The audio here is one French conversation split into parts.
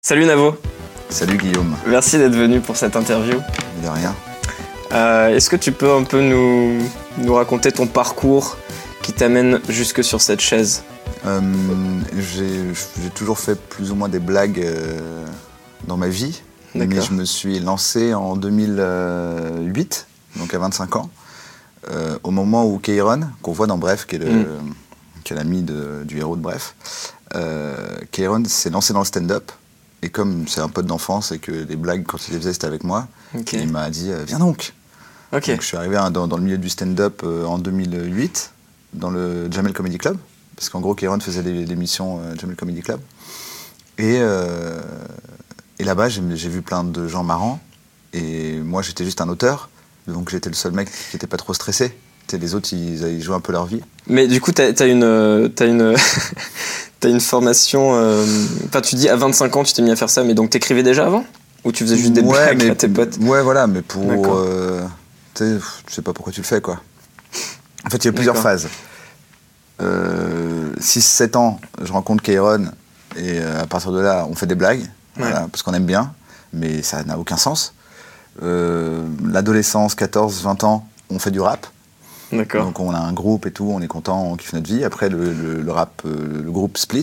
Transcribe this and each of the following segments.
Salut Navo. Salut Guillaume. Merci d'être venu pour cette interview. De rien. Est-ce que tu peux un peu nous raconter ton parcours qui t'amène jusque sur cette chaise? J'ai toujours fait plus ou moins des blagues dans ma vie. D'accord. Mais je me suis lancé en 2008, donc à 25 ans, au moment où Keiron, qu'on voit dans Bref, qui est l'ami du héros de Bref, Keiron s'est lancé dans le stand-up. Et comme c'est un pote d'enfance et que les blagues, quand il les faisait, c'était avec moi, il m'a dit « Viens donc !» Donc je suis arrivé dans le milieu du stand-up en 2008, dans le Jamel Comedy Club, parce qu'en gros, Keiron faisait l'émission Jamel Comedy Club. Et là-bas, j'ai vu plein de gens marrants. Et moi, j'étais juste un auteur, donc j'étais le seul mec qui n'était pas trop stressé. Les autres, ils jouaient un peu leur vie. Mais du coup, t'as une formation... Enfin, tu dis à 25 ans, tu t'es mis à faire ça, mais donc t'écrivais déjà avant? Ou tu faisais juste des blagues à tes potes? Ouais, voilà, mais pour... je sais pas pourquoi tu le fais, quoi. En fait, il y a plusieurs phases. 6-7 ans, je rencontre Keiron, et à partir de là, on fait des blagues, voilà, parce qu'on aime bien, mais ça n'a aucun sens. L'adolescence, 14-20 ans, on fait du rap. D'accord. Donc on a un groupe et tout, on est content, on kiffe notre vie. Après le rap, le groupe split.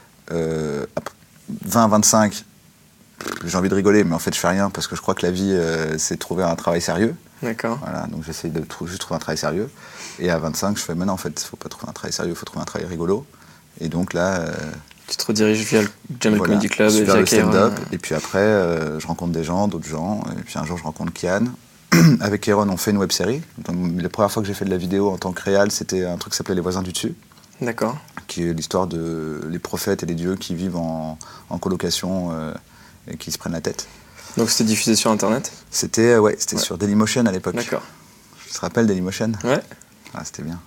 20-25, j'ai envie de rigoler, mais en fait je fais rien parce que je crois que la vie c'est trouver un travail sérieux. D'accord. Voilà, donc j'essaye de juste trouver un travail sérieux. Et à 25, je fais maintenant en fait, il faut pas trouver un travail sérieux, il faut trouver un travail rigolo. Et donc là... tu te rediriges via le Jamel Comedy Club et via via le stand-up. Keiron. Et puis après, je rencontre des gens, d'autres gens. Et puis un jour, je rencontre Kian. Avec Keiron, on fait une web-série. Donc, la première fois que j'ai fait de la vidéo en tant que réal, c'était un truc qui s'appelait Les Voisins du Dessus. D'accord. Qui est l'histoire de les prophètes et les dieux qui vivent en colocation et qui se prennent la tête. Donc c'était diffusé sur Internet? C'était sur Dailymotion à l'époque. D'accord. Tu te rappelles Dailymotion? Ouais. Ah, c'était bien.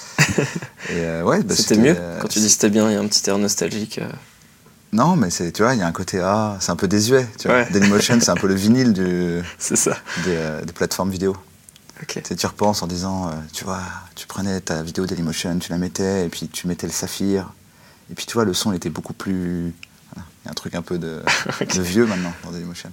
C'était mieux? Quand tu dis c'était bien, il y a un petit air nostalgique. Non, mais tu vois, il y a un côté c'est un peu désuet. Tu vois. Dailymotion, c'est un peu le vinyle c'est ça. Des plateformes vidéo. Okay. Tu repenses en disant, tu vois, tu prenais ta vidéo Dailymotion, tu la mettais, et puis tu mettais le saphir. Et puis tu vois, le son était beaucoup plus... Voilà. Il y a un truc un peu de vieux maintenant dans Dailymotion.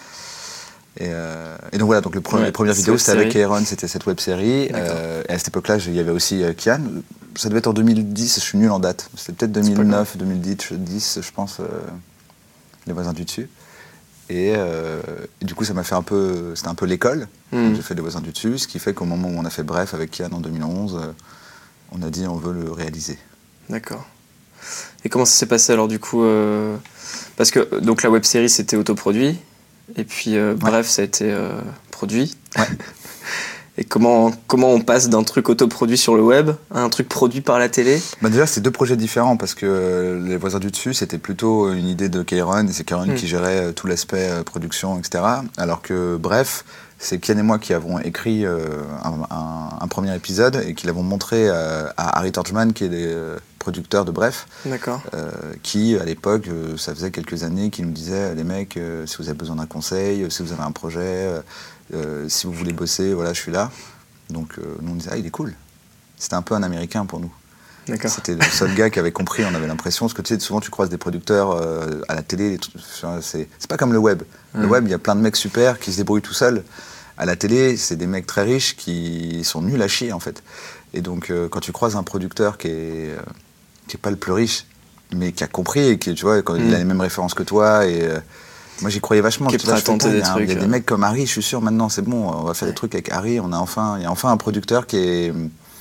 Et donc voilà, donc les premières vidéos, c'était avec Keiron, c'était cette web-série. Et à cette époque-là, il y avait aussi Kian. Ça devait être en 2010, je suis nul en date. C'était peut-être 2009, 2010, je pense, Les Voisins du Dessus. Et du coup, ça m'a fait un peu... C'était un peu l'école. J'ai fait Les Voisins du Dessus, ce qui fait qu'au moment où on a fait Bref avec Kian en 2011, on a dit on veut le réaliser. D'accord. Et comment ça s'est passé alors du coup parce que donc la web-série c'était autoproduit, et puis Bref ça a été produit. Ouais. Et comment on passe d'un truc autoproduit sur le web à un truc produit par la télé? Déjà, c'est deux projets différents parce que Les Voisins du Dessus, c'était plutôt une idée de Keiron, et c'est Keiron qui gérait tout l'aspect production, etc. Alors que Bref, c'est Kian et moi qui avons écrit un premier épisode et qui l'avons montré à Harry Torchman, qui est le producteur de Bref. D'accord. Qui, à l'époque, ça faisait quelques années, qui nous disait « Les mecs, si vous avez besoin d'un conseil, si vous avez un projet... si vous voulez bosser, voilà, je suis là. » Donc nous on disait, il est cool. C'était un peu un Américain pour nous. C'était le seul gars qui avait compris, on avait l'impression. Parce que tu sais, souvent tu croises des producteurs à la télé, c'est pas comme le web. Le web, il y a plein de mecs super qui se débrouillent tout seuls. À la télé, c'est des mecs très riches qui sont nuls à chier en fait. Et donc quand tu croises un producteur qui est pas le plus riche, mais qui a compris et qui, tu vois, quand il a les mêmes références que toi et... moi j'y croyais vachement. Qui est prêt à tenter des trucs. Il y a des mecs comme Harry, je suis sûr maintenant c'est bon, on va faire des trucs avec Harry. Il y a enfin un producteur qui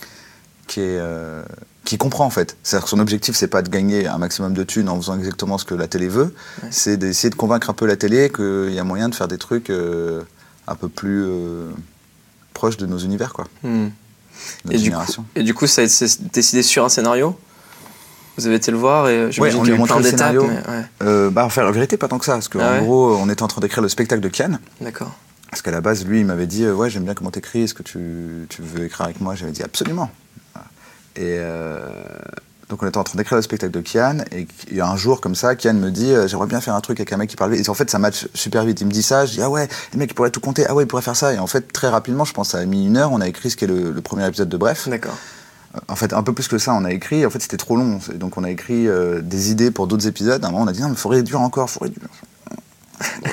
comprend en fait. C'est-à-dire que son objectif c'est pas de gagner un maximum de thunes en faisant exactement ce que la télé veut, c'est d'essayer de convaincre un peu la télé qu'il y a moyen de faire des trucs un peu plus proches de nos univers quoi. Notre génération. Et du coup ça a été décidé sur un scénario? Vous avez été le voir et j'imagine qu'il y a eu plein d'étapes. En vérité, pas tant que ça. Parce qu'en gros, on était en train d'écrire le spectacle de Kian. D'accord. Parce qu'à la base, lui, il m'avait dit ouais, j'aime bien comment t'écris, est-ce que tu veux écrire avec moi? J'avais dit absolument. Et donc, on était en train d'écrire le spectacle de Kian. Et il y a un jour, comme ça, Kian me dit j'aimerais bien faire un truc avec un mec qui parle vite. Et en fait, ça match super vite. Il me dit ça, je dis ah ouais, le mec, il pourrait tout compter. Ah ouais, il pourrait faire ça. Et en fait, très rapidement, je pense, ça a mis 1 heure, on a écrit ce qui est le premier épisode de Bref. D'accord. En fait, un peu plus que ça, on a écrit. En fait, c'était trop long. Donc, on a écrit des idées pour d'autres épisodes. À un moment, on a dit non, mais faut réduire encore, faut réduire.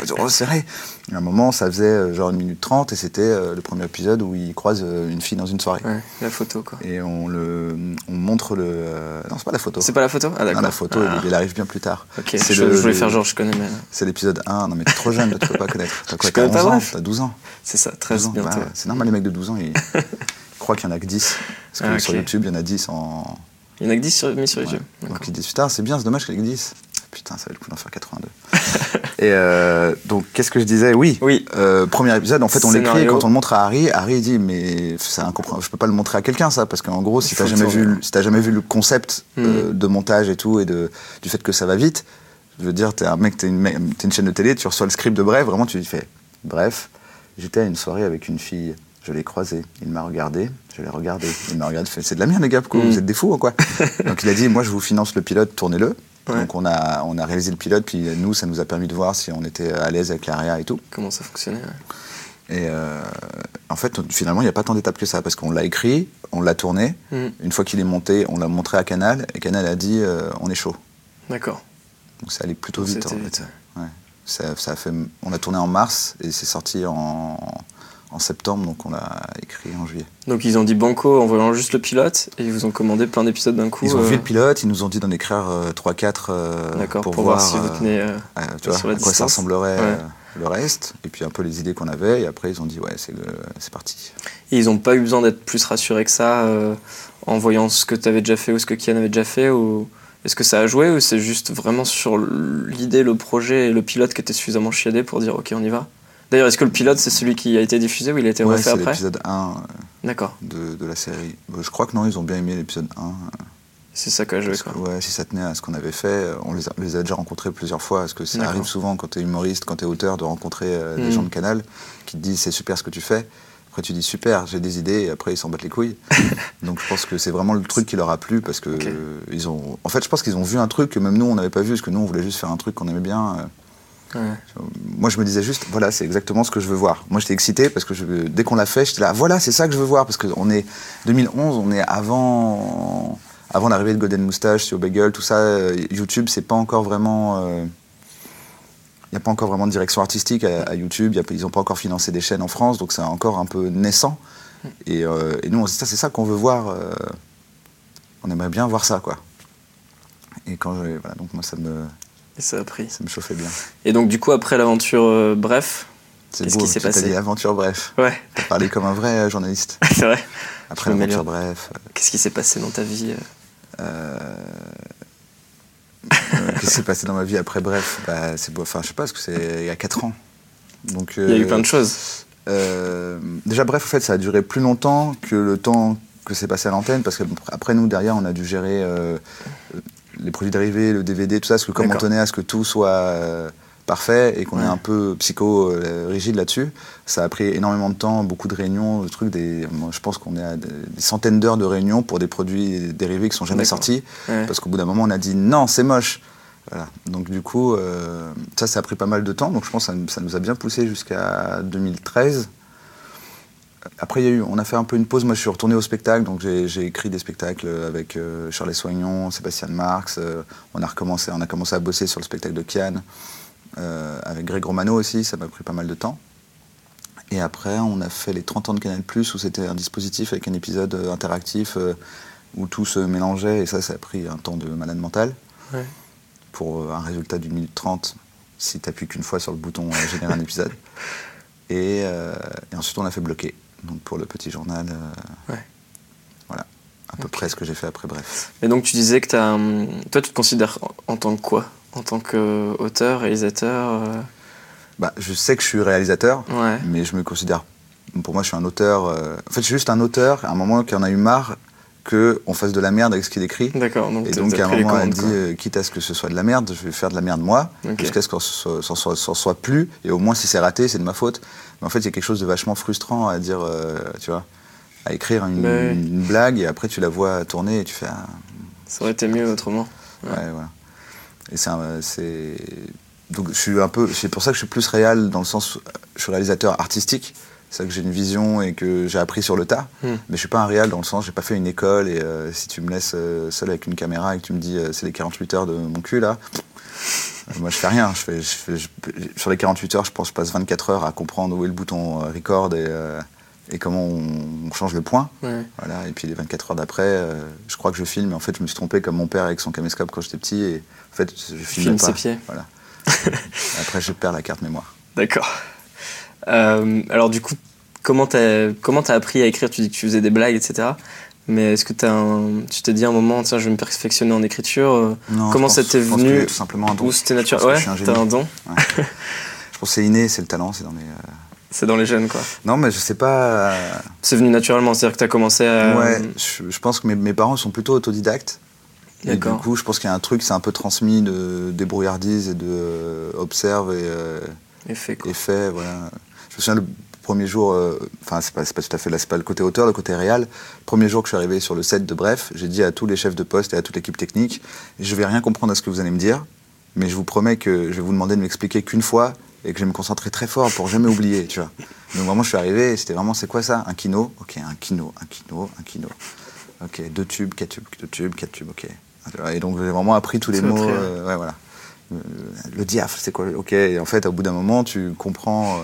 on resserrait. Et à un moment, ça faisait genre 1 minute 30 et c'était le premier épisode où il croise une fille dans une soirée. Ouais, la photo, quoi. Et on montre le... non, c'est pas la photo. C'est pas la photo? Ah, d'accord. Non, la photo, il arrive bien plus tard. Ok, je voulais faire genre, je connais, mais... C'est l'épisode 1. Non, mais t'es trop jeune, là, tu peux pas connaître. T'as quoi? Je connais T'as 11 pas, ans, bref. t'as 12 ans. C'est ça, 13 bientôt. Bah, c'est normal, les mecs de 12 ans, ils croient qu'il y en a que 10. Parce que sur YouTube, il y en a 10 en... Il y en a que 10 mis sur YouTube. Donc ils disent, putain, c'est bien, c'est dommage qu'il y ait que 10. Putain, ça va le coup d'en faire 82. Et donc, qu'est-ce que je disais? Oui. Premier épisode, en fait, on l'écrit et quand on le montre à Harry, il dit, mais c'est incompréhensible, je peux pas le montrer à quelqu'un, ça, parce qu'en gros, si t'as jamais vu le concept de montage et tout, et du fait que ça va vite, je veux dire, t'es un mec, t'es une chaîne de télé, tu reçois le script de Bref, vraiment, tu fais, bref, j'étais à une soirée avec une fille. Je l'ai croisé, il m'a regardé, je l'ai regardé, il m'a regardé, c'est de la merde les gars, pourquoi vous êtes des fous quoi? Donc il a dit, moi je vous finance le pilote, tournez-le. Ouais. Donc on a réalisé le pilote, puis nous ça nous a permis de voir si on était à l'aise avec l'ARIA et tout. Comment ça fonctionnait, ouais. Et en fait finalement il n'y a pas tant d'étapes que ça, parce qu'on l'a écrit, on l'a tourné, une fois qu'il est monté, on l'a montré à Canal, et Canal a dit, on est chaud. D'accord. Donc ça allait plutôt vite en fait. Ouais. Ça a fait, on a tourné en mars, et c'est sorti en septembre, donc on l'a écrit en juillet. Donc ils ont dit banco en voyant juste le pilote, et ils vous ont commandé plein d'épisodes d'un coup. Ils ont vu le pilote, ils nous ont dit d'en écrire 3-4 pour voir si vous tenez tu vois, à quoi ça ressemblerait le reste, et puis un peu les idées qu'on avait, et après ils ont dit ouais c'est parti. Et ils n'ont pas eu besoin d'être plus rassurés que ça en voyant ce que tu avais déjà fait ou ce que Kian avait déjà fait, ou est-ce que ça a joué, ou c'est juste vraiment sur l'idée, le projet et le pilote qui était suffisamment chiadé pour dire ok on y va? D'ailleurs, est-ce que le pilote, c'est celui qui a été diffusé ou il a été refait après? C'est l'épisode 1 D'accord. De la série. Je crois que non, ils ont bien aimé l'épisode 1. C'est ça qu'a joué, quoi. Ouais, si ça tenait à ce qu'on avait fait, on les a déjà rencontrés plusieurs fois, parce que ça arrive souvent quand t'es humoriste, quand t'es auteur, de rencontrer des gens de Canal qui te disent c'est super ce que tu fais. Après tu dis super, j'ai des idées, et après ils s'en battent les couilles. Donc je pense que c'est vraiment le truc qui leur a plu, parce que ils ont... En fait, je pense qu'ils ont vu un truc que même nous on n'avait pas vu, parce que nous on voulait juste faire un truc qu'on aimait bien. Ouais. Moi je me disais juste voilà, c'est exactement ce que je veux voir. Moi j'étais excité parce que dès qu'on l'a fait, j'étais là voilà, c'est ça que je veux voir, parce que on est 2011, on est avant l'arrivée de Golden Moustache, sur Bagel, tout ça. YouTube, c'est pas encore vraiment il n'y a pas encore vraiment de direction artistique à YouTube, ils n'ont pas encore financé des chaînes en France, donc c'est encore un peu naissant. Et nous, on se dit, c'est ça qu'on veut voir. On aimerait bien voir ça, quoi. Et voilà, donc moi, et ça a pris. Ça me chauffait bien. Et donc, du coup, après l'aventure Bref, qu'est-ce qui s'est passé? T'as dit aventure Bref. Ouais. T'as parlé comme un vrai journaliste. C'est vrai. Après l'aventure Bref. Qu'est-ce qui s'est passé dans ta vie Qu'est-ce qui s'est passé dans ma vie après Bref? Je sais pas, parce que c'est il y a 4 ans. Donc, il y a eu plein de choses. Déjà, Bref, en fait, ça a duré plus longtemps que le temps que c'est passé à l'antenne, parce qu'après, nous, derrière, on a dû gérer les produits dérivés, le DVD, tout ça, parce que comme on tenait à ce que tout soit parfait et qu'on est un peu psycho-rigide là-dessus, ça a pris énormément de temps, beaucoup de réunions, moi, je pense qu'on est à des centaines d'heures de réunions pour des produits dérivés qui ne sont jamais sortis, parce qu'au bout d'un moment, on a dit non, c'est moche. Voilà. Donc du coup, ça a pris pas mal de temps, donc je pense que ça nous a bien poussé jusqu'à 2013. Après, on a fait un peu une pause. Moi, je suis retourné au spectacle, donc j'ai écrit des spectacles avec Charles Soignon, Sébastien Marx. On a commencé à bosser sur le spectacle de Kian, avec Greg Romano aussi. Ça m'a pris pas mal de temps. Et après, on a fait les 30 ans de Canal+, où c'était un dispositif avec un épisode interactif où tout se mélangeait. Et ça a pris un temps de malade mental. Ouais. Pour un résultat d'1 minute 30, si tu n'appuies qu'une fois sur le bouton générer un épisode. Et ensuite, on a fait bloquer. Donc pour le petit journal, voilà, à peu près ce que j'ai fait après Bref. Et donc tu disais que toi tu te considères en tant que quoi? En tant qu'auteur, réalisateur je sais que je suis réalisateur, mais je me considère, pour moi je suis un auteur, en fait je suis juste un auteur, à un moment qui en a eu marre qu'on fasse de la merde avec ce qu'il écrit. D'accord. Et donc à un moment elle dit, quitte à ce que ce soit de la merde, je vais faire de la merde moi, jusqu'à ce qu'on s'en soit plus, et au moins si c'est raté, c'est de ma faute. Mais en fait, il y a quelque chose de vachement frustrant à dire, tu vois, à écrire une blague, et après tu la vois tourner et tu fais... ça aurait été mieux autrement. Ouais, voilà. Et donc c'est pour ça que je suis plus réal, dans le sens où je suis réalisateur artistique. C'est ça que j'ai une vision et que j'ai appris sur le tas. Mais je suis pas un réal dans le sens, j'ai pas fait une école, et si tu me laisses seul avec une caméra et que tu me dis c'est les 48 heures de mon cul là, Moi, je fais rien. Sur les 48 heures, je pense que je passe 24 heures à comprendre où est le bouton record et comment on change le point. Ouais. Voilà. Et puis les 24 heures d'après, je crois que je filme. Mais en fait, je me suis trompé comme mon père avec son caméscope quand j'étais petit. Et en fait, je filmais pas. Ses pieds. Voilà. Après, je perds la carte mémoire. D'accord. Alors du coup, comment t'as appris à écrire? Tu dis que tu faisais des blagues, etc. Mais est-ce que tu t'es dit à un moment, tiens, je vais me perfectionner en écriture? Non, comment ça t'est venu? Tout simplement un don. Ou c'était naturel? Ouais, t'as un don. Ouais. Je pense que c'est inné, c'est le talent, c'est dans les... C'est dans les gènes, quoi. Non, mais je sais pas... C'est venu naturellement, c'est-à-dire que t'as commencé à... Ouais, je pense que mes parents sont plutôt autodidacctes. D'accord. Et du coup, je pense qu'il y a un truc, c'est un peu transmis de débrouillardise et de observe et fait, voilà. Je me souviens le premier jour, enfin c'est pas tout à fait là, c'est pas le côté auteur, le côté réel. Le premier jour que je suis arrivé sur le set de Bref, j'ai dit à tous les chefs de poste et à toute l'équipe technique, je vais rien comprendre à ce que vous allez me dire, mais je vous promets que je vais vous demander de m'expliquer qu'une fois et que je vais me concentrer très fort pour jamais oublier, tu vois. Donc vraiment, je suis arrivé et c'était vraiment, c'est quoi ça? Un kino? Ok, un kino. Ok, 2 tubes, 4 tubes, 2 tubes, 4 tubes, ok. Et donc j'ai vraiment appris tous les mots. Ouais, voilà. Le diaph, c'est quoi? Ok, et en fait, au bout d'un moment, tu comprends.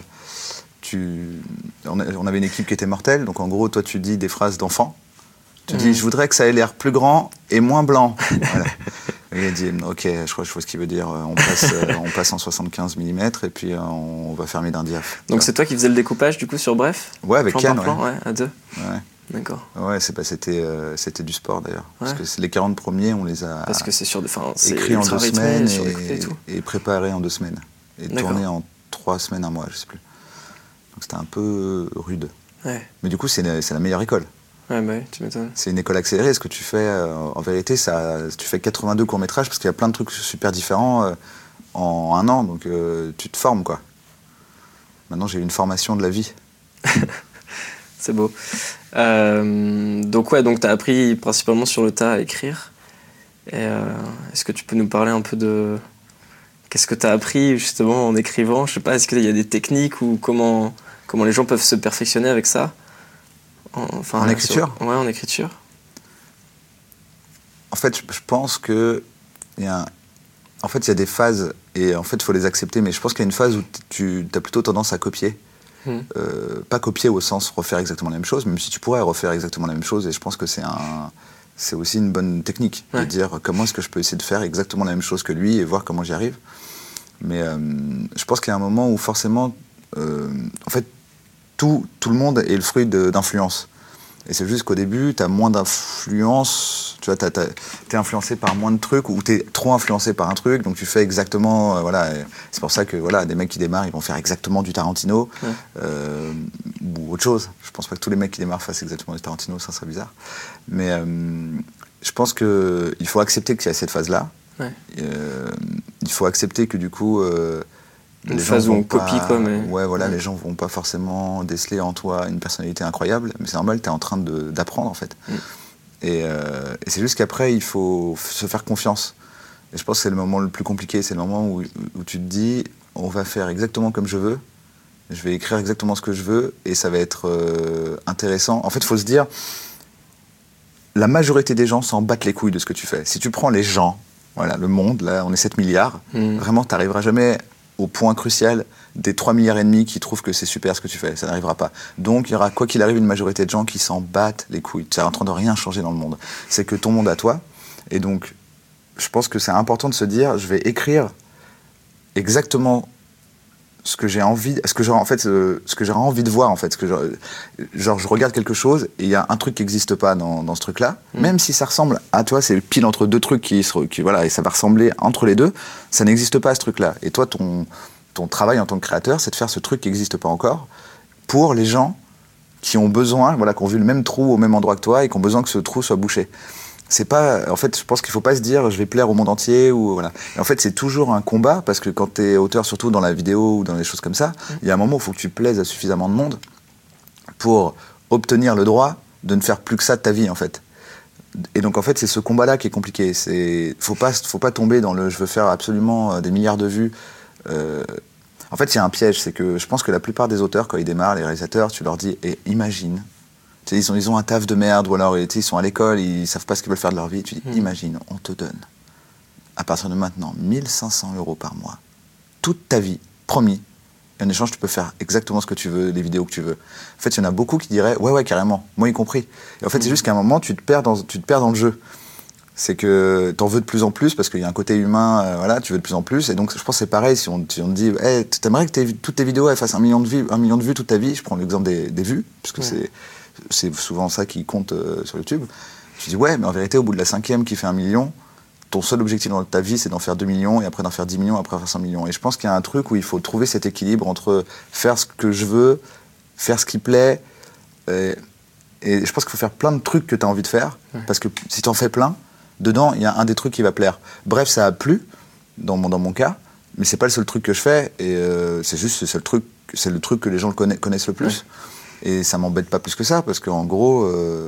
On avait une équipe qui était mortelle, donc en gros, toi, tu dis des phrases d'enfant. Tu dis, je voudrais que ça ait l'air plus grand et moins blanc. Voilà. Et il dit, ok, je crois que je vois ce qu'il veut dire. On passe en 75 mm et puis on va fermer d'un diaph. Donc c'est toi qui faisais le découpage, du coup, sur Bref? Ouais, avec Ken, ouais, à deux. Ouais. D'accord. Ouais, c'était du sport d'ailleurs. Ouais. Parce que les 40 premiers, on les a écrits en 2 semaines et préparés en 2 semaines. Et tournés en 3 semaines, 1 mois, je sais plus. Donc c'était un peu rude. Ouais. Mais du coup, c'est la meilleure école. Ouais, bah oui, tu m'étonnes. C'est une école accélérée. Ce que tu fais, en vérité, tu fais 82 courts-métrages parce qu'il y a plein de trucs super différents en 1 an. Donc tu te formes, quoi. Maintenant, j'ai eu une formation de la vie. C'est beau. Donc t'as appris principalement sur le tas à écrire. Et est-ce que tu peux nous parler un peu de qu'est-ce que t'as appris justement en écrivant? Je sais pas, est-ce qu'il y a des techniques ou comment les gens peuvent se perfectionner avec ça? En écriture? Ouais, en écriture. En fait, je pense que il y a des phases et en fait, il faut les accepter. Mais je pense qu'il y a une phase où tu as plutôt tendance à copier. Pas copier au sens refaire exactement la même chose, même si tu pourrais refaire exactement la même chose, et je pense que c'est aussi une bonne technique de dire comment est-ce que je peux essayer de faire exactement la même chose que lui et voir comment j'y arrive. Mais je pense qu'il y a un moment où forcément, en fait, tout le monde est le fruit d'influence. Et c'est juste qu'au début, tu as moins d'influence, tu vois, t'es influencé par moins de trucs, ou t'es trop influencé par un truc, donc tu fais exactement, voilà. C'est pour ça que, voilà, des mecs qui démarrent, ils vont faire exactement du Tarantino, ou autre chose. Je pense pas que tous les mecs qui démarrent fassent exactement du Tarantino, ça serait bizarre. Mais je pense qu'il faut accepter qu'il y a cette phase-là. Ouais. Il faut accepter que, du coup... une phase où on copie, quoi, mais... Ouais, voilà, les gens vont pas forcément déceler en toi une personnalité incroyable, mais c'est normal, t'es en train d'apprendre, en fait. Et c'est juste qu'après, il faut se faire confiance. Et je pense que c'est le moment le plus compliqué, c'est le moment où tu te dis, on va faire exactement comme je veux, je vais écrire exactement ce que je veux, et ça va être intéressant. En fait, il faut se dire, la majorité des gens s'en battent les couilles de ce que tu fais. Si tu prends les gens, voilà, le monde, là, on est 7 milliards, vraiment, t'arriveras jamais au point crucial des 3,5 milliards qui trouvent que c'est super ce que tu fais. Ça n'arrivera pas. Donc, il y aura, quoi qu'il arrive, une majorité de gens qui s'en battent les couilles. Tu es en train de rien changer dans le monde. C'est que ton monde à toi. Et donc, je pense que c'est important de se dire, je vais écrire exactement ce que j'ai envie, ce que j'aurais envie de voir, en fait. Je regarde quelque chose et il y a un truc qui n'existe pas dans ce truc-là. Même si ça ressemble à toi, c'est pile entre 2 trucs qui voilà, et ça va ressembler entre les deux, ça n'existe pas, ce truc-là. Et toi, ton travail en tant que créateur, c'est de faire ce truc qui n'existe pas encore pour les gens qui ont besoin, voilà, qui ont vu le même trou au même endroit que toi et qui ont besoin que ce trou soit bouché. C'est pas, en fait, je pense qu'il faut pas se dire je vais plaire au monde entier ou voilà. Et en fait, c'est toujours un combat parce que quand tu es auteur, surtout dans la vidéo ou dans des choses comme ça, il y a un moment où il faut que tu plaises à suffisamment de monde pour obtenir le droit de ne faire plus que ça de ta vie, en fait. Et donc, en fait, c'est ce combat-là qui est compliqué. Faut pas tomber dans le je veux faire absolument des milliards de vues. En fait, il y a un piège, c'est que je pense que la plupart des auteurs, quand ils démarrent, les réalisateurs, tu leur dis imagine. Ils ont un taf de merde, ou alors ils sont à l'école, ils savent pas ce qu'ils veulent faire de leur vie. Tu dis, imagine, on te donne à partir de maintenant, 1500 € par mois, toute ta vie, promis. Et en échange, tu peux faire exactement ce que tu veux, les vidéos que tu veux. En fait, il y en a beaucoup qui diraient, ouais, carrément, moi y compris. Et en fait, c'est juste qu'à un moment, tu te perds dans le jeu. C'est que t'en veux de plus en plus, parce qu'il y a un côté humain, voilà, tu veux de plus en plus. Et donc, je pense que c'est pareil, si on te dit, hey, t'aimerais que toutes tes vidéos elles fassent 1 million de vues toute ta vie, je prends l'exemple des vues, puisque c'est souvent ça qui compte sur YouTube. Tu dis, ouais, mais en vérité, au bout de la 5e qui fait 1 million, ton seul objectif dans ta vie, c'est d'en faire 2 millions, et après d'en faire 10 millions, et après d'en faire 100 millions. Et je pense qu'il y a un truc où il faut trouver cet équilibre entre faire ce que je veux, faire ce qui plaît, et je pense qu'il faut faire plein de trucs que tu as envie de faire, parce que si tu en fais plein, dedans, il y a un des trucs qui va plaire. Bref, ça a plu, dans mon cas, mais c'est pas le seul truc que je fais, et c'est le truc que les gens connaissent le plus. Ouais. Et ça m'embête pas plus que ça, parce qu'en gros,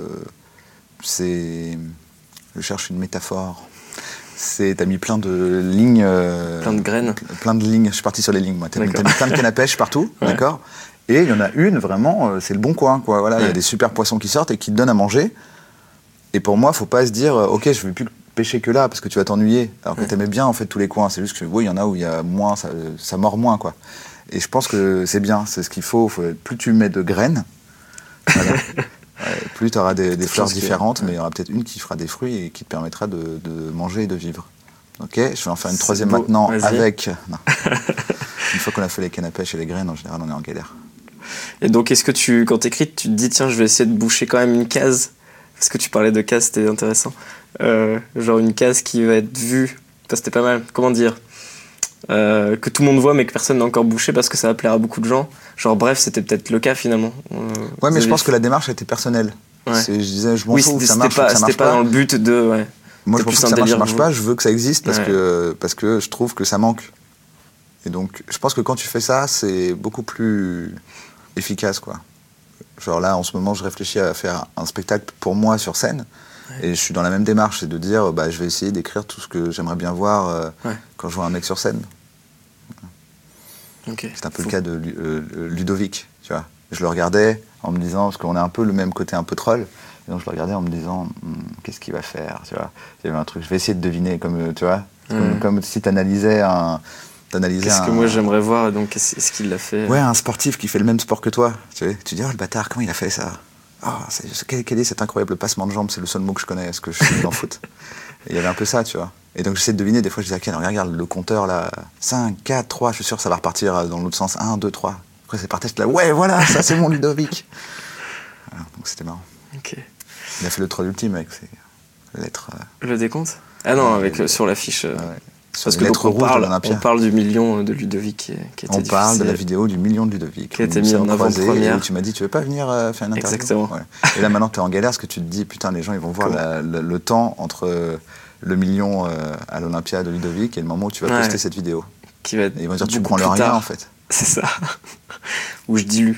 je cherche une métaphore. T'as mis plein de lignes. Plein de graines. Plein de lignes. Je suis parti sur les lignes, moi. T'as mis plein de cannes à pêche partout, d'accord. Et il y en a une, vraiment, c'est le bon coin, quoi. Voilà, il y a des super poissons qui sortent et qui te donnent à manger. Et pour moi, faut pas se dire, ok, je vais plus pêcher que là, parce que tu vas t'ennuyer. Alors que t'aimais bien, en fait, tous les coins. C'est juste que, oui, il y en a où il y a moins, ça mord moins, quoi. Et je pense que c'est bien, c'est ce qu'il faut. Plus tu mets de graines, voilà. Plus tu auras des fleurs différentes, mais il y aura peut-être une qui fera des fruits et qui te permettra de manger et de vivre. Ok, je vais en faire une troisième maintenant avec... Non. Une fois qu'on a fait les cannes à pêche et les graines, en général, on est en galère. Et donc, est-ce que quand t'écris, tu te dis, tiens, je vais essayer de boucher quand même une case? Parce que tu parlais de case, c'était intéressant. Genre une case qui va être vue, ça c'était pas mal, comment dire, que tout le monde voit mais que personne n'a encore bouché parce que ça va plaire à beaucoup de gens. Genre bref, c'était peut-être le cas finalement. Ouais, mais je pense que la démarche était personnelle. Ouais. Je disais, je m'en fous, ça marche, pas, ça marche pas. C'était pas dans le but de... Ouais. Moi, je m'en fous que ça marche pas, je veux que ça existe parce que je trouve que ça manque. Et donc, je pense que quand tu fais ça, c'est beaucoup plus efficace, quoi. Genre là, en ce moment, je réfléchis à faire un spectacle pour moi sur scène. Et je suis dans la même démarche, c'est de dire, je vais essayer d'écrire tout ce que j'aimerais bien voir quand je vois un mec sur scène. Okay. C'est un peu le cas de Ludovic, tu vois. Je le regardais en me disant, parce qu'on a un peu le même côté un peu troll, et donc je le regardais en me disant, qu'est-ce qu'il va faire, tu vois. Il y avait un truc, je vais essayer de deviner, comme, tu vois, comme si t'analysais un... Qu'est-ce que moi j'aimerais voir, donc est-ce qu'il l'a fait? Ouais, un sportif qui fait le même sport que toi, tu sais. Tu dis, oh le bâtard, comment il a fait ça? Quel est cet incroyable passement de jambes? C'est le seul mot que je connais, est-ce que je suis en foot? Et il y avait un peu ça, tu vois. Et donc j'essaie de deviner, des fois je disais, ok, regarde le compteur là, 5, 4, 3, je suis sûr que ça va repartir dans l'autre sens, 1, 2, 3. Après c'est parti, là, ouais, voilà, ça c'est mon Ludovic. Voilà, donc c'était marrant. Okay. Il a fait le troll ultime avec ses lettres. Le décompte? Ah non, sur l'affiche. Parce que donc on parle du million de Ludovic qui était difficile. On parle de la vidéo du million de Ludovic. Qui a été mis en avant-première. Tu m'as dit, tu veux pas venir faire une interview? Exactement. Ouais. Et là maintenant tu es en galère parce que tu te dis, putain, les gens ils vont voir le temps entre le million à l'Olympia de Ludovic et le moment où tu vas poster cette vidéo. Qui va être ils vont dire, tu prends le rien en fait. C'est ça. Où je dilue.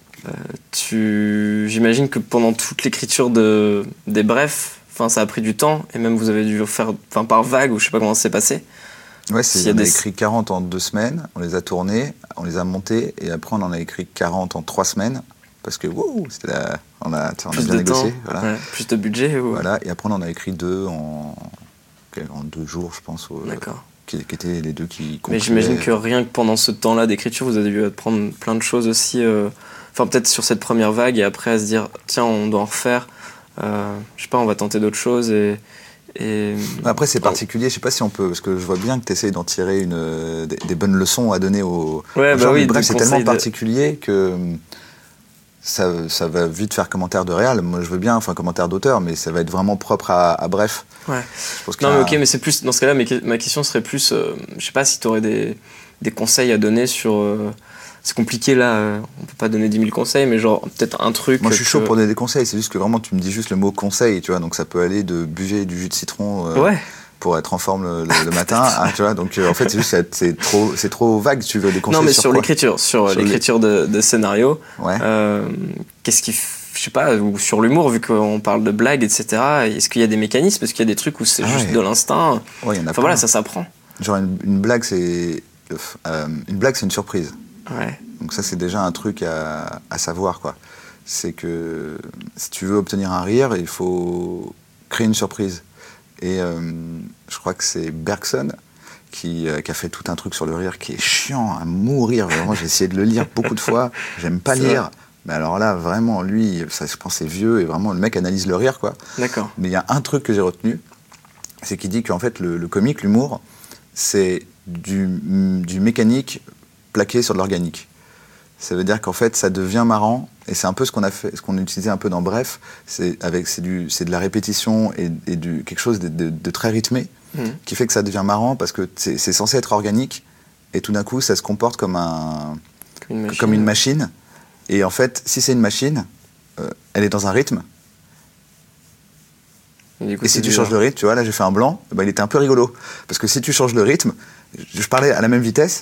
J'imagine que pendant toute l'écriture des brefs, ça a pris du temps, et même vous avez dû faire par vague, ou je sais pas comment ça s'est passé. Ouais, on a écrit 40 en 2 semaines, on les a tournés, on les a montés, et après on en a écrit 40 en 3 semaines, parce que on a bien négocié. Voilà. Plus de budget Voilà, et après on en a écrit 2 en 2 jours, je pense. D'accord. Qui étaient les 2 qui concluaient. Mais j'imagine que rien que pendant ce temps-là d'écriture, vous avez dû apprendre plein de choses aussi, peut-être sur cette première vague, et après à se dire, tiens, on doit en refaire, je sais pas, on va tenter d'autres choses, et après c'est particulier, je sais pas si on peut, parce que je vois bien que tu essayes d'en tirer des bonnes leçons à donner aux gens, mais bref, c'est tellement particulier que ça va vite faire commentaire de réal. Moi je veux bien, commentaire d'auteur, mais ça va être vraiment propre à bref. Ouais. Mais ok, mais c'est plus, dans ce cas-là, ma question serait plus, je sais pas si tu aurais des conseils à donner sur... c'est compliqué là, on peut pas donner 10 000 conseils, mais genre peut-être un truc... Moi je suis chaud pour donner des conseils, c'est juste que vraiment tu me dis juste le mot conseil, tu vois, donc ça peut aller de buvez du jus de citron pour être en forme le matin, tu vois, donc en fait c'est juste c'est trop vague, tu veux des conseils. Non mais sur l'écriture de scénario, qu'est-ce qui... Je sais pas, ou sur l'humour, vu qu'on parle de blagues, etc. Est-ce qu'il y a des mécanismes? Est-ce qu'il y a des trucs où c'est juste de l'instinct? Ouais, il y en a voilà, ça s'apprend. Genre une blague, c'est une surprise. Ouais. Donc ça, c'est déjà un truc à savoir, quoi. C'est que si tu veux obtenir un rire, il faut créer une surprise. Et je crois que c'est Bergson qui a fait tout un truc sur le rire qui est chiant à mourir. Vraiment, j'ai essayé de le lire beaucoup de fois. J'aime pas lire. Mais alors là, vraiment, lui, ça, je pense, c'est vieux et vraiment, le mec analyse le rire, quoi. D'accord. Mais il y a un truc que j'ai retenu, c'est qu'il dit qu'en fait, le comique, l'humour, c'est du mécanique plaqué sur de l'organique. Ça veut dire qu'en fait, ça devient marrant, et c'est un peu ce qu'on a fait, ce qu'on a utilisé un peu dans Bref, c'est de la répétition et quelque chose de très rythmé, qui fait que ça devient marrant parce que c'est censé être organique, et tout d'un coup, ça se comporte comme une machine. Et en fait, si c'est une machine, elle est dans un rythme. Et si tu changes de rythme, tu vois, là j'ai fait un blanc, bah, il était un peu rigolo. Parce que si tu changes de rythme, je parlais à la même vitesse.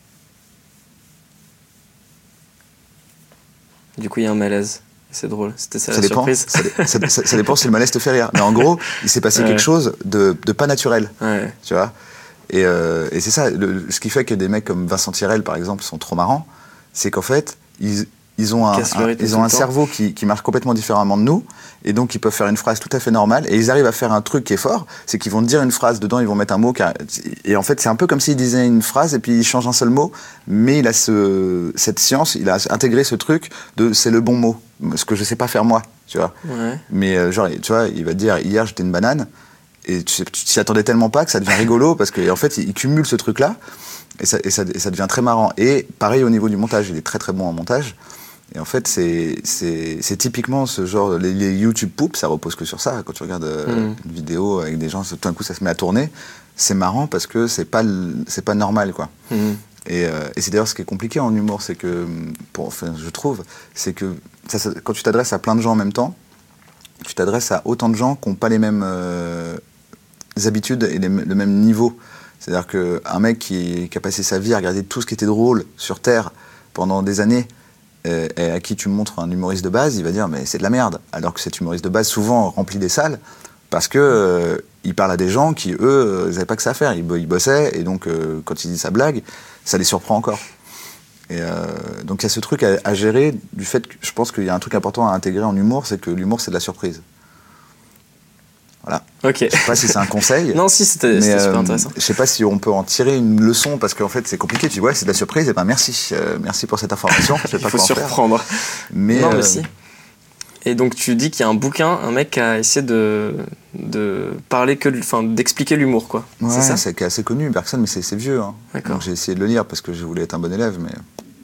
Du coup, il y a un malaise. C'est drôle. C'était ça la surprise. Ça dépend si le malaise te fait rire. Mais en gros, il s'est passé quelque chose de pas naturel. Ouais. Tu vois. Et c'est ça. Ce qui fait que des mecs comme Vincent Tirel, par exemple, sont trop marrants, c'est qu'en fait, ils ont un cerveau qui marche complètement différemment de nous, et donc ils peuvent faire une phrase tout à fait normale, et ils arrivent à faire un truc qui est fort, c'est qu'ils vont dire une phrase, dedans ils vont mettre un mot, et en fait c'est un peu comme s'ils disaient une phrase, et puis ils changent un seul mot, mais il a cette science, il a intégré ce truc de c'est le bon mot, ce que je sais pas faire moi, tu vois. Ouais. Mais genre, tu vois, il va dire hier j'étais une banane, et tu t'y attendais tellement pas que ça devient rigolo, parce qu'en fait il cumule ce truc-là, et ça devient très marrant. Et pareil au niveau du montage, il est très très bon en montage. Et en fait, c'est typiquement ce genre, les YouTube poop, ça repose que sur ça. Quand tu regardes une vidéo avec des gens, tout d'un coup, ça se met à tourner. C'est marrant parce que c'est pas normal, quoi. Et c'est d'ailleurs ce qui est compliqué en humour, c'est que, je trouve, c'est que quand tu t'adresses à plein de gens en même temps, tu t'adresses à autant de gens qui n'ont pas les mêmes habitudes et le même niveau. C'est-à-dire qu'un mec qui a passé sa vie à regarder tout ce qui était drôle sur Terre pendant des années, et à qui tu montres un humoriste de base, il va dire mais c'est de la merde. Alors que cet humoriste de base souvent remplit des salles parce que il parle à des gens qui eux ils n'avaient pas que ça à faire, ils bossaient, et donc quand il dit sa blague, ça les surprend encore. Et donc il y a ce truc à gérer du fait que je pense qu'il y a un truc important à intégrer en humour, c'est que l'humour c'est de la surprise. Voilà. Okay. Je sais pas si c'est un conseil. Non, si, c'était super intéressant. Je sais pas si on peut en tirer une leçon, parce qu'en fait c'est compliqué. Tu vois, c'est de la surprise. Et ben merci pour cette information. Je sais pas Il faut surprendre. Faire. Mais si. Et donc tu dis qu'il y a un bouquin, un mec qui a essayé de parler d'expliquer l'humour, quoi. Ouais, c'est ça. C'est assez connu, Bergson, mais c'est vieux. Hein. Donc j'ai essayé de le lire parce que je voulais être un bon élève, mais.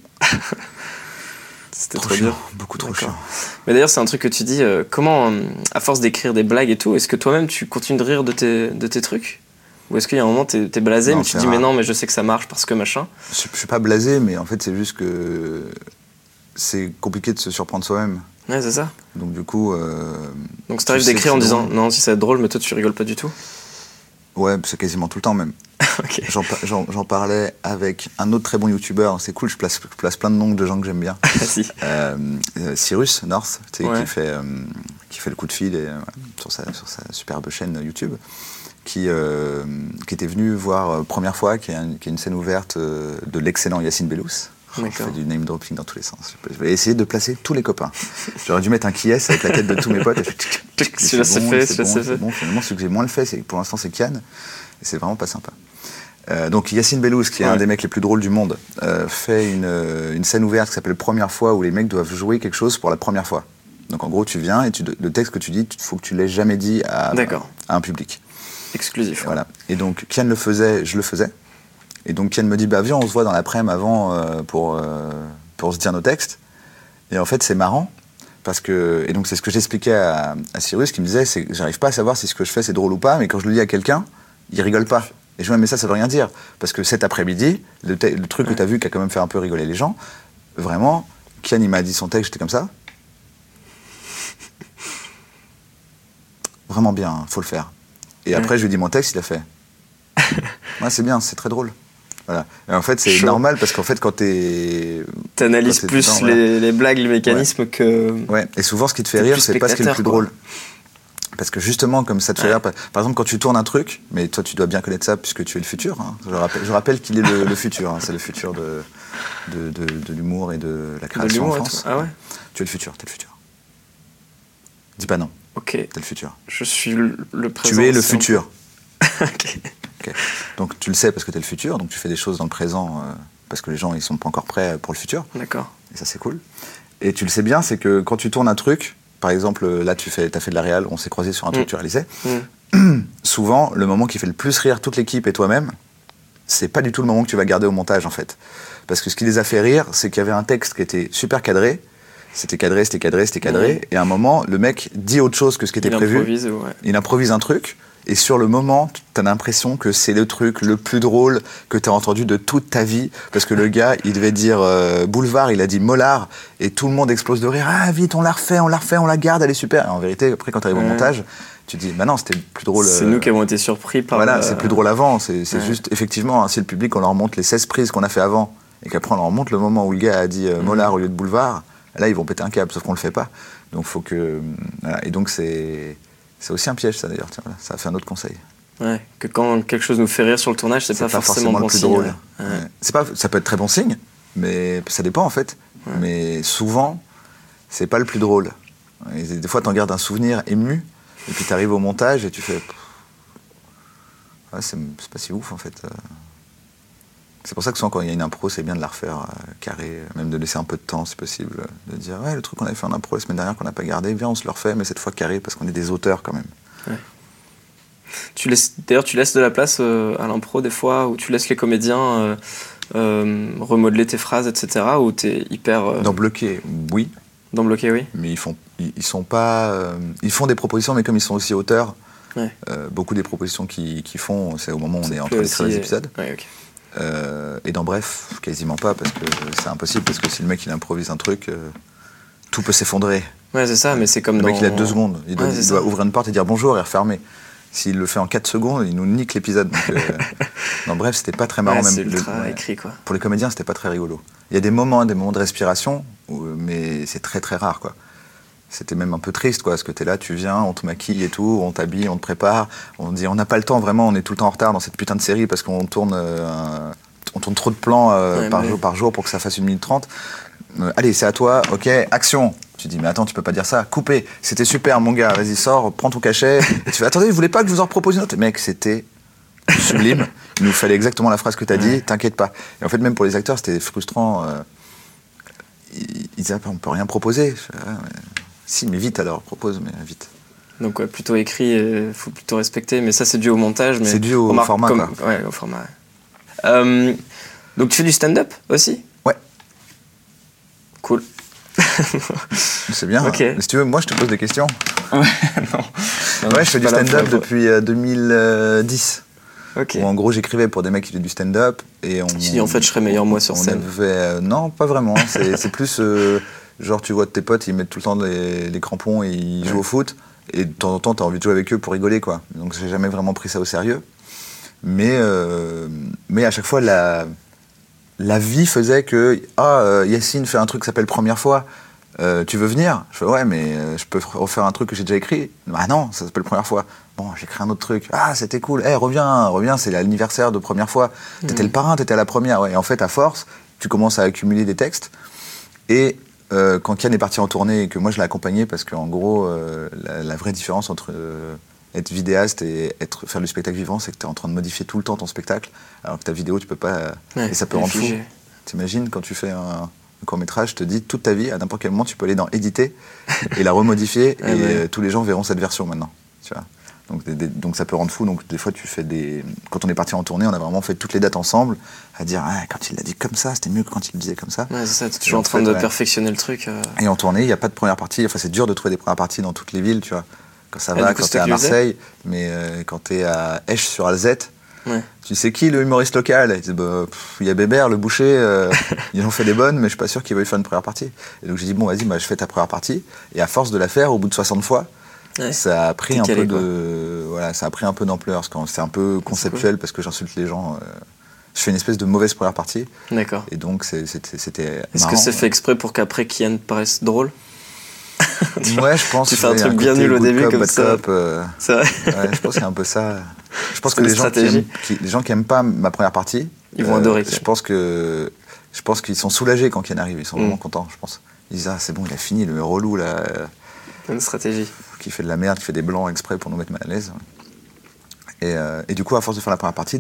C'était trop dur. Beaucoup trop chiant. Mais d'ailleurs, c'est un truc que tu dis, comment, à force d'écrire des blagues et tout, est-ce que toi-même tu continues de rire de tes trucs ? Ou est-ce qu'il y a un moment t'es blasé, mais tu te dis, mais non, mais je sais que ça marche parce que machin ? Je suis pas blasé, mais en fait, c'est juste que c'est compliqué de se surprendre soi-même. Ouais, c'est ça. Donc du coup. Donc ça t'arrive d'écrire en disant, non, si ça va être drôle, mais toi tu rigoles pas du tout ? Ouais, c'est quasiment tout le temps même. Okay. J'en parlais avec un autre très bon youtubeur, c'est cool, je place plein de noms de gens que j'aime bien. Cyrus North, qui fait le coup de fil sur sa superbe chaîne YouTube, qui était venu voir première fois, qui est une scène ouverte de l'excellent Yacine Bellous. Je fais du name dropping dans tous les sens. Je vais essayer de placer tous les copains. J'aurais dû mettre un qui est avec la tête de tous mes potes. Celui-là c'est fait. Bon, finalement, celui que j'ai moins le fait, pour l'instant, c'est Kian. Et c'est vraiment pas sympa. Donc Yacine Bellous, qui est un des mecs les plus drôles du monde, fait une scène ouverte qui s'appelle Première fois, où les mecs doivent jouer quelque chose pour la première fois. Donc en gros, tu viens et le texte que tu dis, il faut que tu l'aies jamais dit à un public. Exclusif. Voilà. Et donc Kian le faisait, je le faisais. Et donc Kian me dit, viens, on se voit dans l'après-midi avant pour se dire nos textes. Et en fait, c'est marrant, parce que... Et donc c'est ce que j'expliquais à Cyrus, qui me disait, c'est que j'arrive pas à savoir si ce que je fais c'est drôle ou pas, mais quand je le dis à quelqu'un, il rigole pas. Et je me dis, mais ça veut rien dire. Parce que cet après-midi, le truc que tu as vu qui a quand même fait un peu rigoler les gens, vraiment, Kian, il m'a dit son texte, j'étais comme ça. Vraiment bien, faut le faire. Et après, je lui ai dit mon texte, il a fait. Ouais, c'est bien, c'est très drôle. Voilà. Et en fait, c'est normal parce qu'en fait, quand t'analyses plus dedans, les blagues, les mécanismes que. Ouais. Et souvent, ce qui te fait rire, c'est pas ce qui est le plus drôle. Parce que justement, comme ça te fait rire. Par exemple, quand tu tournes un truc, mais toi, tu dois bien connaître ça puisque tu es le futur. Hein. Je rappelle qu'il est le futur. Hein. C'est le futur de l'humour et de la création en France. Ah ouais. Tu es le futur, t'es le futur. Dis pas non. Ok. T'es le futur. Je suis le présent. Tu es le futur. Ok. Okay. Donc tu le sais parce que t'es le futur, donc tu fais des choses dans le présent parce que les gens ils sont pas encore prêts pour le futur. D'accord. Et ça c'est cool. Et tu le sais bien, c'est que quand tu tournes un truc, par exemple là t'as fait de la réal, on s'est croisés sur un truc que tu réalisais, souvent le moment qui fait le plus rire toute l'équipe et toi-même, c'est pas du tout le moment que tu vas garder au montage en fait. Parce que ce qui les a fait rire, c'est qu'il y avait un texte qui était super cadré, c'était cadré, et à un moment, le mec dit autre chose que ce qui était prévu. Il improvise un truc, et sur le moment, t'as l'impression que c'est le truc le plus drôle que t'as entendu de toute ta vie, parce que le gars, il devait dire boulevard, il a dit mollard, et tout le monde explose de rire. Ah vite, on la refait, on la garde, elle est super. Et en vérité, après, quand t'arrives au montage, tu te dis, bah non, c'était plus drôle. C'est nous qui avons été surpris par... Voilà, c'est plus drôle avant. C'est juste, effectivement, si le public, on leur montre les 16 prises qu'on a fait avant, et qu'après on leur montre le moment où le gars a dit mollard au lieu de boulevard, là, ils vont péter un câble, sauf qu'on le fait pas. Donc, faut que... Voilà. Et donc, c'est aussi un piège, ça, d'ailleurs. Tiens, voilà, ça a fait un autre conseil. Ouais, que quand quelque chose nous fait rire sur le tournage, c'est pas forcément le bon plus signe. drôle. Ouais. Ça peut être très bon signe, mais ça dépend, en fait. Ouais. Mais souvent, c'est pas le plus drôle. Et des fois, t'en gardes un souvenir ému, et puis t'arrives au montage et tu fais... Ouais, c'est pas si ouf, en fait. C'est pour ça que souvent, quand il y a une impro, c'est bien de la refaire carré, même de laisser un peu de temps, si possible. De dire, ouais, le truc qu'on avait fait en impro la semaine dernière, qu'on n'a pas gardé, viens, on se le refait, mais cette fois carré, parce qu'on est des auteurs, quand même. Ouais. D'ailleurs, tu laisses de la place à l'impro, des fois, où tu laisses les comédiens remodeler tes phrases, etc., ou t'es hyper... Dans Bloqué, oui. Dans Bloqué, oui. Mais ils sont pas... ils font des propositions, mais comme ils sont aussi auteurs, beaucoup des propositions qu'ils font, c'est au moment où on est en train d'écrire les épisodes. Ouais, okay. Et dans Bref, quasiment pas, parce que c'est impossible, parce que si le mec il improvise un truc, tout peut s'effondrer. Ouais, c'est ça, mais c'est comme le mec il a 2 secondes, il doit ouvrir une porte et dire bonjour et refermer. S'il le fait en 4 secondes, il nous nique l'épisode. Donc, dans Bref, c'était pas très marrant. C'est ultra écrit, quoi. Pour les comédiens, c'était pas très rigolo. Il y a des moments de respiration, mais c'est très très rare, quoi. C'était même un peu triste, quoi, parce que t'es là, tu viens, on te maquille et tout, on t'habille, on te prépare, on dit on n'a pas le temps, vraiment, on est tout le temps en retard dans cette putain de série parce qu'on tourne trop de plans par jour pour que ça fasse 1 minute 30. Allez, c'est à toi, ok, action. Tu dis mais attends, tu peux pas dire ça, coupez, c'était super mon gars, vas-y sors, prends ton cachet. Et tu fais attendez, vous voulez pas que je vous en propose une autre? Mec, c'était sublime, il nous fallait exactement la phrase que t'as dit, t'inquiète pas. Et en fait, même pour les acteurs, c'était frustrant. Ils disaient on peut rien proposer. Si, mais vite alors, propose, mais vite. Donc, plutôt écrit, il faut plutôt respecter, mais ça, c'est dû au montage. Mais c'est dû au format, quoi. Ouais, au format. Ouais. Donc, tu fais du stand-up aussi? Ouais. Cool. C'est bien. Okay. Hein. Si tu veux, moi, je te pose des questions. Ouais, non, je fais du stand-up depuis 2010. Ok. Où, en gros, j'écrivais pour des mecs qui faisaient du stand-up. Et tu dis, en fait, je serais meilleur moi sur scène. Non, pas vraiment. C'est plus... genre, tu vois tes potes, ils mettent tout le temps les crampons et ils jouent au foot. Et de temps en temps, t'as envie de jouer avec eux pour rigoler, quoi. Donc, j'ai jamais vraiment pris ça au sérieux. Mais à chaque fois, la vie faisait que Yacine fait un truc qui s'appelle Première fois. Tu veux venir? Je fais ouais, mais je peux refaire un truc que j'ai déjà écrit. Ah non, ça s'appelle Première fois. Bon, j'écris un autre truc. Ah, c'était cool. Reviens, c'est l'anniversaire de Première fois. T'étais le parrain, t'étais à la première. Ouais. Et en fait, à force, tu commences à accumuler des textes. Et quand Kian est parti en tournée et que moi je l'ai accompagné, parce qu'en gros, la vraie différence entre être vidéaste et faire du spectacle vivant, c'est que tu es en train de modifier tout le temps ton spectacle, alors que ta vidéo, tu peux pas... et ça peut rendre fou. T'imagines, quand tu fais un court-métrage, je te dis, toute ta vie, à n'importe quel moment, tu peux aller dans « Éditer » et la remodifier, et tous les gens verront cette version maintenant. Tu vois. Donc ça peut rendre fou. Donc des fois, tu fais des... Quand on est parti en tournée, on a vraiment fait toutes les dates ensemble, à dire quand il l'a dit comme ça, c'était mieux que quand il le disait comme ça. Ouais, c'est ça, t'es toujours en train de perfectionner le truc. Et en tournée, il n'y a pas de première partie. Enfin, c'est dur de trouver des premières parties dans toutes les villes, tu vois. Quand ça va, quand t'es à Marseille, mais quand t'es à Esch sur Alzette, tu sais qui le humoriste local? Il y a Bébert, le boucher, ils ont fait des bonnes, mais je suis pas sûr qu'il veuille faire une première partie. Et donc j'ai dit, bon, vas-y, je fais ta première partie. Et à force de la faire, au bout de 60 fois, ça a pris ça a pris un peu d'ampleur. C'est un peu conceptuel, parce que j'insulte les gens. Je fais une espèce de mauvaise première partie. D'accord. Et donc c'était Est-ce que c'est fait exprès pour qu'après Kian paraisse drôle? Ouais, je pense. Tu fais un truc bien nul au début comme ça. C'est vrai. Ouais, je pense qu'il y a un peu ça. Je pense que les gens qui aiment pas ma première partie, ils vont adorer. Je pense qu'ils sont soulagés quand Kian arrive. Ils sont vraiment contents, je pense. Ils disent c'est bon, il a fini le relou là. Une stratégie. qui fait de la merde, qui fait des blancs exprès pour nous mettre mal à l'aise. Et du coup, à force de faire la première partie,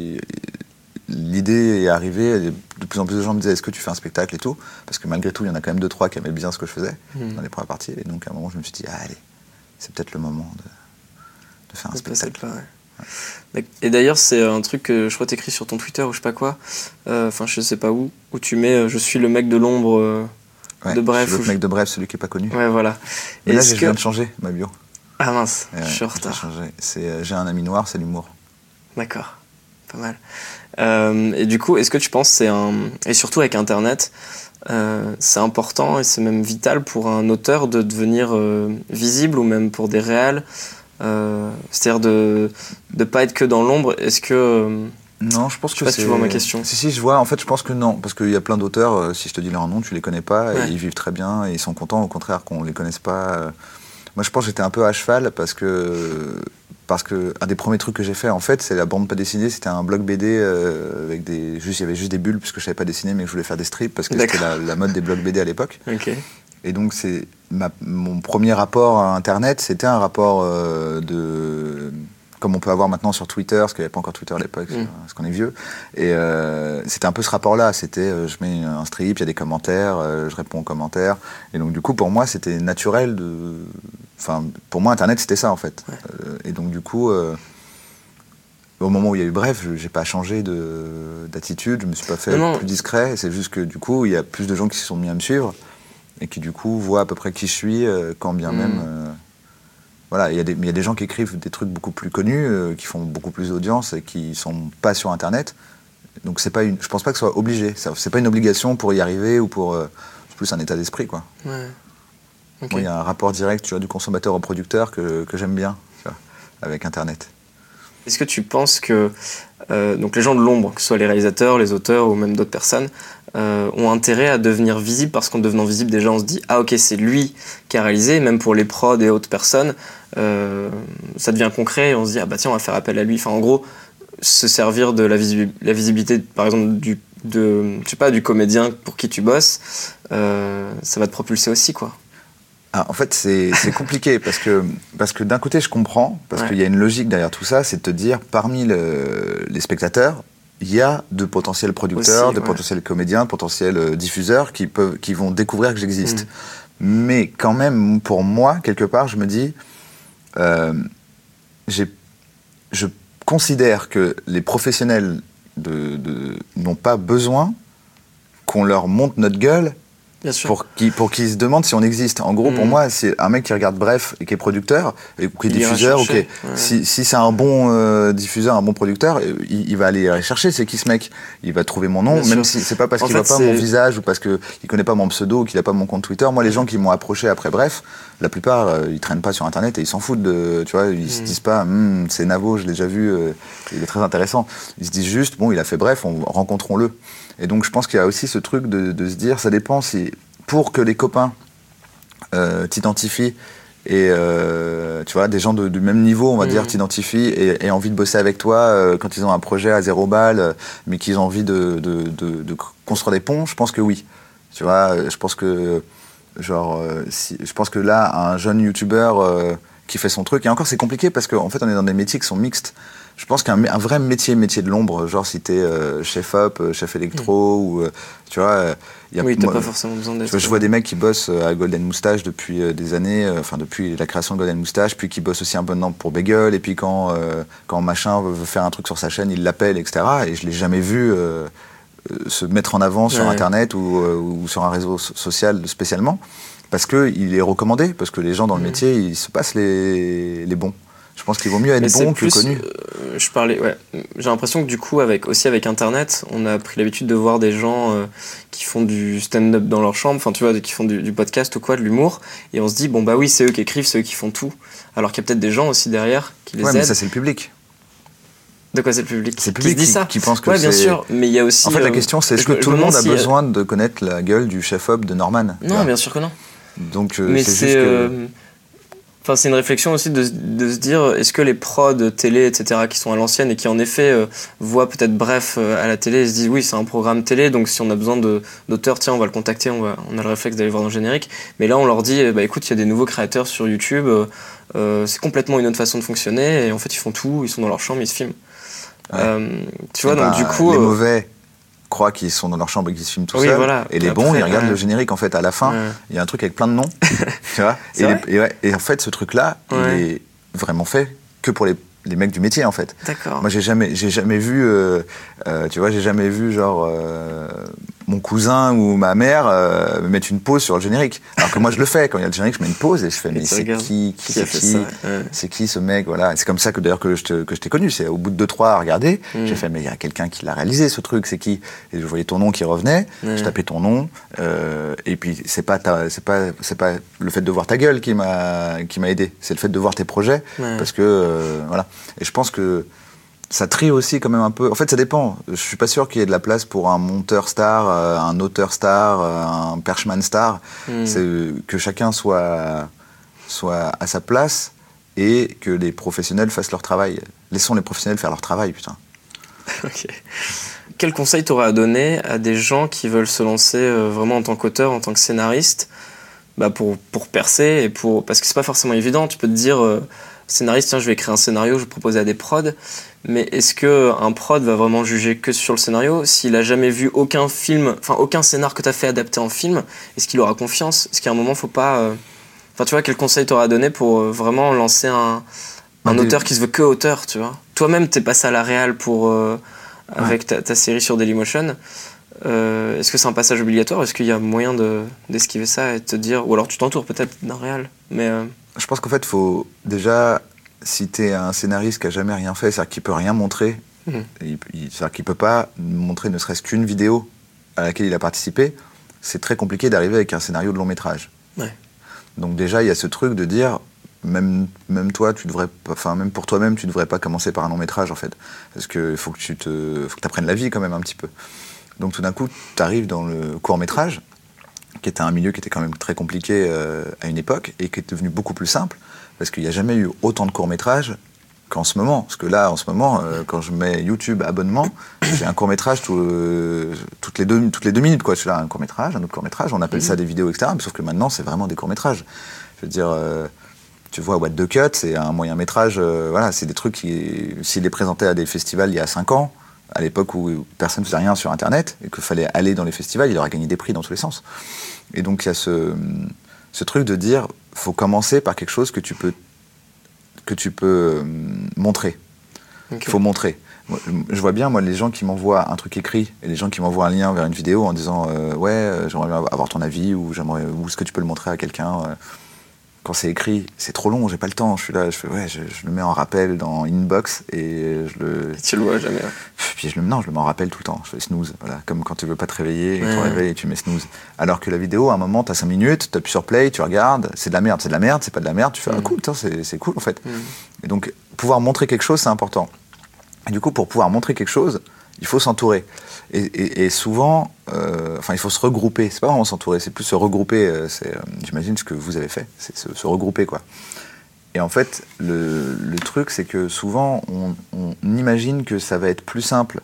l'idée est arrivée, de plus en plus de gens me disaient est-ce que tu fais un spectacle et tout, parce que malgré tout il y en a quand même 2-3 qui aimaient bien ce que je faisais dans les premières parties, et donc à un moment je me suis dit allez, c'est peut-être le moment de faire un spectacle. Ouais. Et d'ailleurs c'est un truc que je crois t'écris sur ton Twitter ou je sais pas quoi, enfin je sais pas où tu mets je suis le mec de l'ombre de Bref. Je suis le mec de Bref, celui qui est pas connu. Ouais voilà. Mais là je viens de changer ma bio. Ah mince, je suis en retard. J'ai un ami noir, c'est l'humour. D'accord, pas mal. Et du coup, est-ce que tu penses et surtout avec Internet, c'est important et c'est même vital pour un auteur de devenir visible ou même pour des réals, c'est-à-dire de pas être que dans l'ombre. Est-ce que non, je pense je sais pas si tu vois ma question. Si, je vois. En fait, je pense que non, parce qu'il y a plein d'auteurs. Si je te dis leur nom, tu les connais pas, et ils vivent très bien et ils sont contents. Au contraire, qu'on les connaisse pas. Moi, je pense que j'étais un peu à cheval parce que un des premiers trucs que j'ai fait, en fait, c'est la bande pas dessinée. C'était un bloc BD avec il y avait juste des bulles puisque je savais pas dessiner, mais que je voulais faire des strips parce que c'était la mode des blocs BD à l'époque. Okay. Et donc, mon premier rapport à Internet, c'était un rapport comme on peut avoir maintenant sur Twitter, parce qu'il n'y avait pas encore Twitter à l'époque, parce qu'on est vieux. Et c'était un peu ce rapport-là. C'était, je mets un strip, il y a des commentaires, je réponds aux commentaires. Et donc, du coup, pour moi, c'était naturel Enfin, pour moi, Internet, c'était ça, en fait. Ouais. Et donc, du coup, au moment où il y a eu Bref, j'ai pas changé d'attitude, je me suis pas fait plus discret. C'est juste que, du coup, il y a plus de gens qui se sont mis à me suivre et qui, du coup, voient à peu près qui je suis, quand bien même... Voilà, il y a des gens qui écrivent des trucs beaucoup plus connus, qui font beaucoup plus d'audience et qui sont pas sur Internet. Donc je pense pas que ce soit obligé. C'est pas une obligation pour y arriver ou pour... c'est plus un état d'esprit, quoi. Ouais. Okay. Moi, il y a un rapport direct, tu vois, du consommateur au producteur que j'aime bien, tu vois, avec Internet. Est-ce que tu penses que donc les gens de l'ombre, que ce soit les réalisateurs, les auteurs ou même d'autres personnes, ont intérêt à devenir visibles parce qu'en devenant visible, déjà on se dit ah ok c'est lui qui a réalisé, même pour les prods et autres personnes, ça devient concret et on se dit ah bah tiens on va faire appel à lui. Enfin en gros se servir de la visibilité par exemple du comédien pour qui tu bosses, ça va te propulser aussi quoi. Ah, en fait, c'est compliqué parce que d'un côté, je comprends, parce qu'il y a une logique derrière tout ça, c'est de te dire, parmi les spectateurs, il y a de potentiels producteurs, de potentiels comédiens, de potentiels diffuseurs qui vont découvrir que j'existe. Mais quand même, pour moi, quelque part, je me dis, je considère que les professionnels n'ont pas besoin qu'on leur montre notre gueule pour qu'ils se demandent si on existe. En gros, pour moi, c'est un mec qui regarde Bref et qui est producteur, et qui est diffuseur, si c'est un bon diffuseur, un bon producteur, il va aller chercher c'est qui ce mec. Il va trouver mon nom, même si c'est pas parce qu'il voit pas mon visage ou parce qu'il connaît pas mon pseudo ou qu'il a pas mon compte Twitter. Moi, les gens qui m'ont approché après Bref, la plupart, ils traînent pas sur Internet et ils s'en foutent tu vois, ils se disent pas, c'est Navo, je l'ai déjà vu, il est très intéressant. Ils se disent juste, bon, il a fait Bref, rencontrons-le. Et donc je pense qu'il y a aussi ce truc de se dire, ça dépend si, pour que les copains t'identifient et tu vois, des gens du même niveau, on va dire, t'identifient et envie de bosser avec toi quand ils ont un projet à 0 balles, mais qu'ils ont envie de construire des ponts, je pense que oui. Tu vois, je pense que je pense que là, un jeune youtubeur qui fait son truc, et encore c'est compliqué parce qu'en fait on est dans des métiers qui sont mixtes. Je pense qu'un vrai métier de l'ombre, genre si t'es chef-op, chef électro, ou tu vois... t'as pas forcément besoin d'être... Je vois des mecs qui bossent à Golden Moustache depuis des années, enfin depuis la création de Golden Moustache, puis qui bossent aussi un peu maintenant pour Bagel, et puis quand machin veut faire un truc sur sa chaîne, il l'appelle, etc. Et je l'ai jamais vu se mettre en avant sur Internet ou sur un réseau social spécialement, parce qu'il est recommandé, parce que les gens dans le métier, ils se passent les bons. Je pense qu'il vaut mieux être bon que connu. J'ai l'impression que du coup, avec Internet, on a pris l'habitude de voir des gens qui font du stand-up dans leur chambre, enfin tu vois, qui font du podcast ou quoi, de l'humour, et on se dit, bon bah oui, c'est eux qui écrivent, c'est eux qui font tout. Alors qu'il y a peut-être des gens aussi derrière qui les aident. Mais ça c'est le public. De quoi c'est le public? C'est le public qui pense que c'est... bien sûr, mais il y a aussi... En fait, la question c'est, est-ce que tout le monde a besoin de connaître la gueule du chef-op de Norman? Non, bien sûr que non. Donc mais c'est juste que... Enfin, c'est une réflexion aussi de se dire, est-ce que les prods télé, etc., qui sont à l'ancienne et qui en effet voient peut-être Bref à la télé et se disent oui, c'est un programme télé, donc si on a besoin d'auteurs, tiens, on va le contacter, on a le réflexe d'aller voir dans le générique. Mais là, on leur dit, écoute, il y a des nouveaux créateurs sur YouTube, c'est complètement une autre façon de fonctionner, et en fait, ils font tout, ils sont dans leur chambre, ils se filment. Ouais. Tu vois, donc du coup... Les mauvais croient qu'ils sont dans leur chambre et qu'ils se filment tout seuls, voilà. Et les bons, ils regardent le générique, en fait, à la fin, il y a un truc avec plein de noms, tu vois, et en fait, ce truc-là, il est vraiment fait que pour les mecs du métier, en fait. D'accord. Moi, j'ai jamais vu, tu vois, j'ai jamais vu, genre, mon cousin ou ma mère me mettre une pause sur le générique. Alors que moi, je le fais. Quand il y a le générique, je mets une pause et je fais, mais c'est qui ce mec, voilà. Et c'est comme ça que, d'ailleurs, que je t'ai connu. C'est au bout de 2-3 à regarder, j'ai fait, mais il y a quelqu'un qui l'a réalisé, ce truc, c'est qui? Et je voyais ton nom qui revenait, je tapais ton nom, et puis c'est pas le fait de voir ta gueule qui m'a aidé, c'est le fait de voir tes projets, parce que, voilà. Et je pense que ça trie aussi quand même un peu. En fait, ça dépend. Je suis pas sûr qu'il y ait de la place pour un monteur star, un auteur star, un perchman star. C'est que chacun soit à sa place et que les professionnels fassent leur travail. Laissons les professionnels faire leur travail, putain. Ok. Quel conseil t'aurais à donner à des gens qui veulent se lancer vraiment en tant qu'auteur, en tant que scénariste, pour percer parce que c'est pas forcément évident. Tu peux te dire scénariste, tiens, je vais écrire un scénario, je vais proposer à des prods, mais est-ce qu'un prod va vraiment juger que sur le scénario? S'il a jamais vu aucun film, enfin aucun scénar que tu as fait adapter en film, est-ce qu'il aura confiance? Est-ce qu'à un moment, faut pas... Enfin, tu vois, quel conseil t'auras à donner pour vraiment lancer un auteur qui se veut que auteur, tu vois? Toi-même, t'es passé à la réal avec ta série sur Dailymotion. Est-ce que c'est un passage obligatoire? Est-ce qu'il y a moyen d'esquiver ça et de te dire... Ou alors tu t'entoures peut-être d'un réal, mais... Je pense qu'en fait, il faut déjà, si tu es un scénariste qui n'a jamais rien fait, c'est-à-dire qu'il ne peut rien montrer, c'est-à-dire qu'il ne peut pas montrer ne serait-ce qu'une vidéo à laquelle il a participé, c'est très compliqué d'arriver avec un scénario de long métrage. Ouais. Donc déjà, il y a ce truc de dire, même toi, même pour toi-même, tu ne devrais pas commencer par un long métrage, en fait. Parce qu'il faut que tu apprennes la vie quand même un petit peu. Donc tout d'un coup, tu arrives dans le court métrage, qui était un milieu qui était quand même très compliqué à une époque, et qui est devenu beaucoup plus simple, parce qu'il n'y a jamais eu autant de courts-métrages qu'en ce moment. Parce que là, en ce moment, quand je mets YouTube abonnement, j'ai un court-métrage toutes les 2 minutes, quoi. Je suis là, un court-métrage, un autre court-métrage, on appelle ça des vidéos, etc. Mais sauf que maintenant, c'est vraiment des courts-métrages. Je veux dire, tu vois, What the Cut, c'est un moyen-métrage, voilà, c'est des trucs qui, s'il est présenté à des festivals il y a 5 ans, à l'époque où personne ne faisait rien sur Internet et qu'il fallait aller dans les festivals, il aurait gagné des prix dans tous les sens. Et donc il y a ce truc de dire, faut commencer par quelque chose que tu peux montrer. Okay. Faut montrer. Je vois bien, moi, les gens qui m'envoient un truc écrit et les gens qui m'envoient un lien vers une vidéo en disant j'aimerais bien avoir ton avis ou est-ce que tu peux le montrer à quelqu'un quand c'est écrit, c'est trop long, j'ai pas le temps. Je suis là, je le mets en rappel dans Inbox et tu le vois jamais. Puis je le mets en rappel tout le temps. Je fais snooze, voilà, comme quand tu veux pas te réveiller, et tu te réveilles et tu mets snooze. Alors que la vidéo, à un moment, t'as 5 minutes, t'appuies sur play, tu regardes, c'est de la merde, c'est pas de la merde. Tu fais cool, c'est cool en fait. Et donc pouvoir montrer quelque chose, c'est important. Et du coup, pour pouvoir montrer quelque chose, il faut s'entourer. Et souvent, il faut se regrouper. C'est pas vraiment s'entourer, c'est plus se regrouper. J'imagine ce que vous avez fait, c'est se regrouper, quoi. Et en fait, le truc, c'est que souvent, on imagine que ça va être plus simple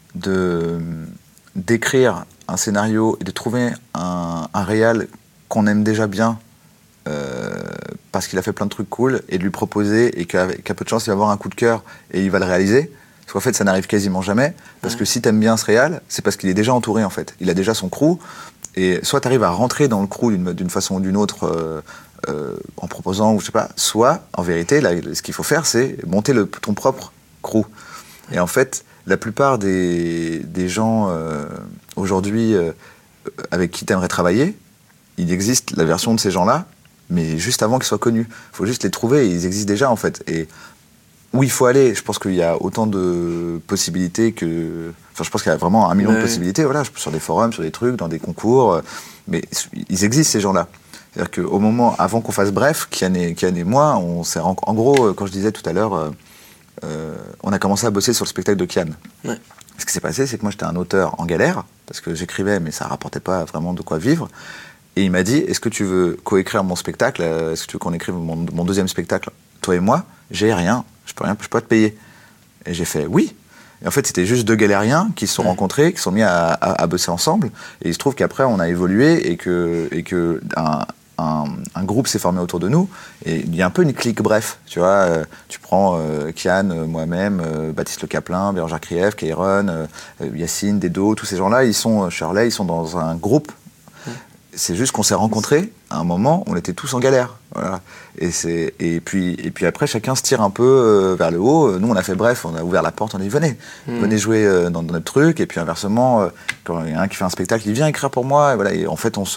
d'écrire un scénario et de trouver un réal qu'on aime déjà bien parce qu'il a fait plein de trucs cool et de lui proposer et qu'à peu de chance, il va avoir un coup de cœur et il va le réaliser. Parce qu'en fait, ça n'arrive quasiment jamais. Parce que si t'aimes bien ce réal, c'est parce qu'il est déjà entouré, en fait. Il a déjà son crew. Et soit t'arrives à rentrer dans le crew d'une façon ou d'une autre en proposant, ou je sais pas. Soit, en vérité, là, ce qu'il faut faire, c'est monter ton propre crew. Et en fait, la plupart des gens aujourd'hui avec qui t'aimerais travailler, il existe la version de ces gens-là, mais juste avant qu'ils soient connus. Il faut juste les trouver et ils existent déjà, en fait. Et où il faut aller, je pense qu'il y a autant de possibilités que... Enfin, je pense qu'il y a vraiment 1 million de possibilités, voilà, sur des forums, sur des trucs, dans des concours, mais ils existent, ces gens-là. C'est-à-dire qu'au moment, avant qu'on fasse Bref, qui a né moi, en gros, quand je disais tout à l'heure, on a commencé à bosser sur le spectacle de Kian. Ouais. Ce qui s'est passé, c'est que moi, j'étais un auteur en galère, parce que j'écrivais, mais ça rapportait pas vraiment de quoi vivre. Et il m'a dit, est-ce que tu veux coécrire mon spectacle? Est-ce que tu veux qu'on écrive mon deuxième spectacle, toi et moi? J'ai rien, je peux pas te payer. Et j'ai fait oui. Et en fait, c'était juste 2 galériens qui se sont rencontrés, qui se sont mis à bosser ensemble. Et il se trouve qu'après, on a évolué et que un groupe s'est formé autour de nous. Et il y a un peu une clique, bref. Tu vois, tu prends Kian, moi-même, Baptiste Le Caplin, Bérangère Krief, Kairon, Yacine, Dedo, tous ces gens-là, Shirley, ils sont dans un groupe. C'est juste qu'on s'est rencontrés à un moment, on était tous en galère. Voilà. Et puis après, chacun se tire un peu vers le haut. Nous, on a fait bref, on a ouvert la porte, on a dit venez jouer dans notre truc. Et puis inversement, quand il y en a un qui fait un spectacle, il vient écrire pour moi. Et voilà. Et en fait, on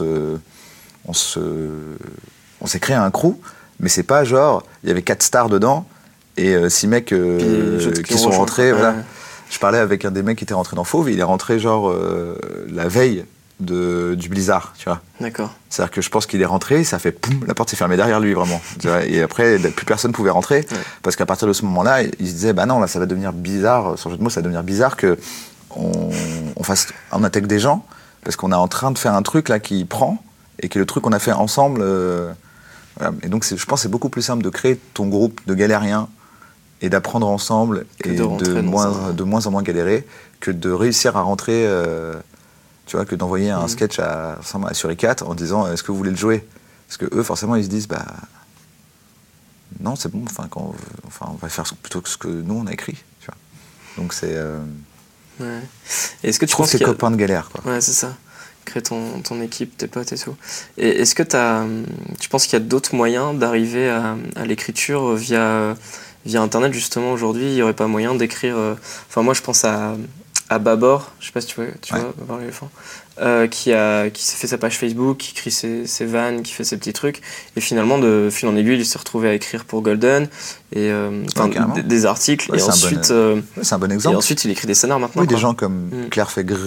s'est créé un crew, mais c'est pas genre, il y avait 4 stars dedans et 6 mecs qui sont rentrés. Voilà. Je parlais avec un des mecs qui était rentré dans Fauve, il est rentré genre la veille du blizzard, tu vois. D'accord. C'est-à-dire que je pense qu'il est rentré, ça fait poum, la porte s'est fermée derrière lui, vraiment. Tu vois, et après, plus personne pouvait rentrer, parce qu'à partir de ce moment-là, il se disait, bah non, là, ça va devenir bizarre, sans jeu de mots, ça va devenir bizarre qu'on intègre des gens, parce qu'on est en train de faire un truc là qui prend, et que le truc qu'on a fait ensemble. Voilà. Et donc, je pense que c'est beaucoup plus simple de créer ton groupe de galériens et d'apprendre ensemble, et de moins en moins galérer, que de réussir à rentrer. Tu vois, que d'envoyer un sketch à Suricat en disant est-ce que vous voulez le jouer? Parce que eux, forcément, ils se disent bah non, c'est bon, on va faire plutôt que ce que nous on a écrit. Tu vois. Donc c'est. Ouais. Et est-ce que tu penses que copains de galère, quoi. Ouais, c'est ça. Créer ton équipe, tes potes et tout. Et est-ce que tu penses qu'il y a d'autres moyens d'arriver à l'écriture via Internet, justement, aujourd'hui? Il n'y aurait pas moyen d'écrire. Enfin, moi, je pense à Babor, je sais pas si tu vois Babor l'éléphant, qui s'est fait sa page Facebook, qui écrit ses vannes, qui fait ses petits trucs, et finalement de fil en aiguille il s'est retrouvé à écrire pour Golden et des articles, et ensuite c'est un bon exemple. Et ensuite il écrit des scénars maintenant. Oui, des gens comme Claire Fégre,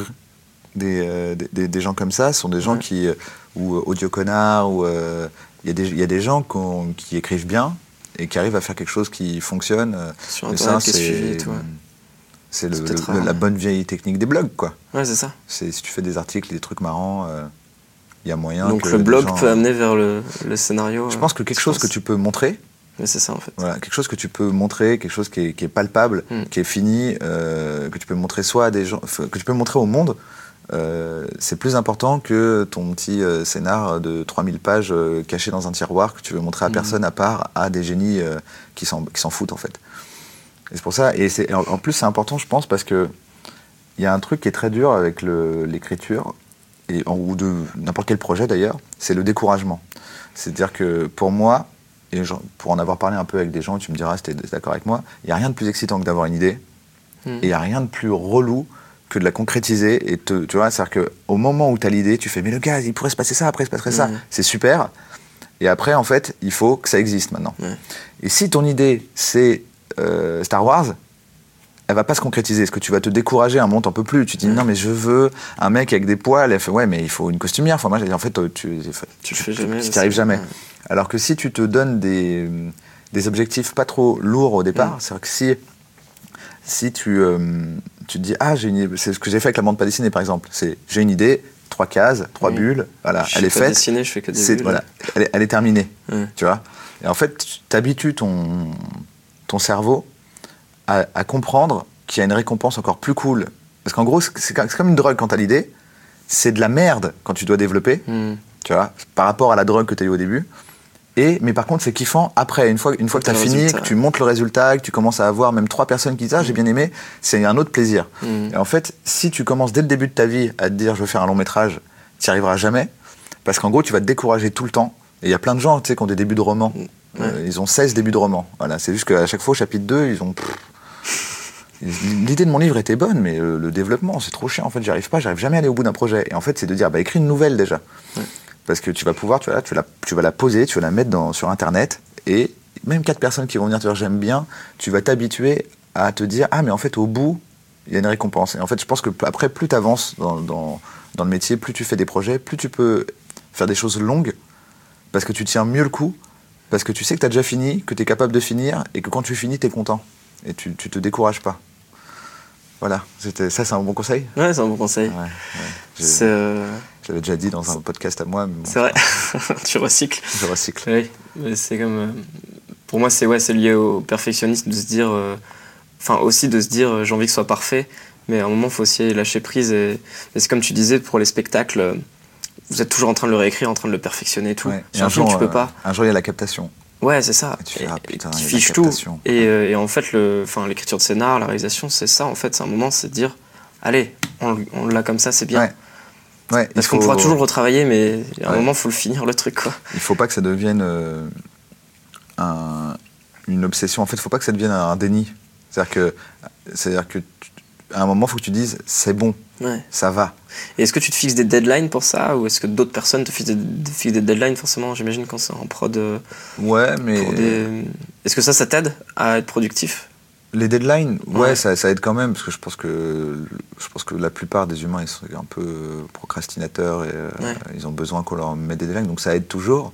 des gens comme ça sont des gens qui, ou Audio Connard, ou il y a des gens qui écrivent bien et qui arrivent à faire quelque chose qui fonctionne. Sur Internet, qui est suivi et tout. C'est la bonne vieille technique des blogs, quoi. Ouais, c'est ça. Si tu fais des articles, des trucs marrants, il y a moyen. Donc le blog peut amener vers le scénario. Je pense que quelque chose que tu peux montrer. Mais c'est ça, en fait. Voilà, quelque chose que tu peux montrer, quelque chose qui est palpable, qui est fini, que tu peux montrer soit à des gens, que tu peux montrer au monde. C'est plus important que ton petit scénar de 3000 pages caché dans un tiroir que tu veux montrer à personne à part à des génies qui s'en foutent, en fait. Et c'est pour ça, et en plus c'est important, je pense, parce que il y a un truc qui est très dur avec l'écriture, ou de n'importe quel projet d'ailleurs, c'est le découragement. C'est-à-dire que pour moi, et pour en avoir parlé un peu avec des gens, tu me diras si tu es d'accord avec moi, il n'y a rien de plus excitant que d'avoir une idée, et il n'y a rien de plus relou que de la concrétiser. Et tu vois, c'est-à-dire qu'au moment où tu as l'idée, tu fais mais le gars, il pourrait se passer ça, après il se passerait ça, c'est super. Et après, en fait, il faut que ça existe maintenant. Et si ton idée, c'est Star Wars, elle va pas se concrétiser, parce que tu vas te décourager un moment, t'en peux plus. Tu te dis non mais je veux un mec avec des poils. Elle fait ouais mais il faut une costumière. Enfin moi j'ai dit en fait tu fais jamais. Tu n'y arrives jamais. Alors que si tu te donnes des objectifs pas trop lourds au départ, c'est-à-dire que si tu te dis j'ai une idée, c'est ce que j'ai fait avec la bande pas dessinée par exemple. C'est j'ai une idée, 3 cases, 3 bulles, voilà, elle est faite. Dessiner, je fais que des bulles. Voilà, elle est terminée. Tu vois. Et en fait tu habitues ton cerveau à comprendre qu'il y a une récompense encore plus cool. Parce qu'en gros, c'est comme une drogue quand t'as l'idée, c'est de la merde quand tu dois développer, tu vois, par rapport à la drogue que t'as eu au début. Mais par contre, c'est kiffant après, une fois que t'as fini, que tu montes le résultat, que tu commences à avoir même 3 personnes qui disent « Ah, j'ai bien aimé », c'est un autre plaisir. Et en fait, si tu commences dès le début de ta vie à te dire « Je veux faire un long métrage », tu n'y arriveras jamais, parce qu'en gros, tu vas te décourager tout le temps. Et il y a plein de gens, tu sais, qui ont des débuts de romans. Ils ont 16 débuts de romans. Voilà, c'est juste qu'à chaque fois, au chapitre 2, ils ont... L'idée de mon livre était bonne, mais le développement, c'est trop chiant. En fait, j'arrive jamais à aller au bout d'un projet. Et en fait, c'est de dire, écris une nouvelle déjà. Parce que tu vas pouvoir, tu vas la poser, tu vas la mettre sur Internet, et même 4 personnes qui vont venir te dire j'aime bien, tu vas t'habituer à te dire, mais en fait, au bout, il y a une récompense. Et en fait, je pense que après, plus tu avances dans le métier, plus tu fais des projets, plus tu peux faire des choses longues, parce que tu tiens mieux le coup. Parce que tu sais que tu as déjà fini, que tu es capable de finir, et que quand tu finis, tu es content. Et tu te décourages pas. Voilà, ça c'est un bon conseil? Ouais, c'est un bon conseil. Je l'avais déjà dit dans un podcast à moi. Mais bon, c'est vrai, tu recycles. Je recycle. Oui, mais c'est comme... pour moi, c'est lié au perfectionnisme de se dire... aussi de se dire j'ai envie que ce soit parfait, mais à un moment, il faut aussi lâcher prise. Et c'est comme tu disais, pour les spectacles, vous êtes toujours en train de le réécrire, en train de le perfectionner et tout. Ouais. Sur un film, tu peux pas. Un jour, il y a la captation. Ouais, c'est ça. Et tu fais, putain, tu il y a fiches la tout. captation. Et en fait, l'écriture de scénar, la réalisation, c'est ça. En fait, c'est un moment, c'est de dire allez, on l'a comme ça, c'est bien. Ouais. Ouais, parce qu'on pourra toujours le retravailler, mais à un moment, il faut le finir, le truc, quoi. Il faut pas que ça devienne une obsession. En fait, il faut pas que ça devienne un déni. C'est-à-dire que à un moment, il faut que tu dises c'est bon, ça va. Et est-ce que tu te fixes des deadlines pour ça, ou est-ce que d'autres personnes te fixent des deadlines, forcément, j'imagine, quand c'est en prod? Ouais, mais... Est-ce que ça t'aide à être productif? Les deadlines, ça aide quand même, parce que je pense que la plupart des humains, ils sont un peu procrastinateurs et ils ont besoin qu'on leur mette des deadlines, donc ça aide toujours.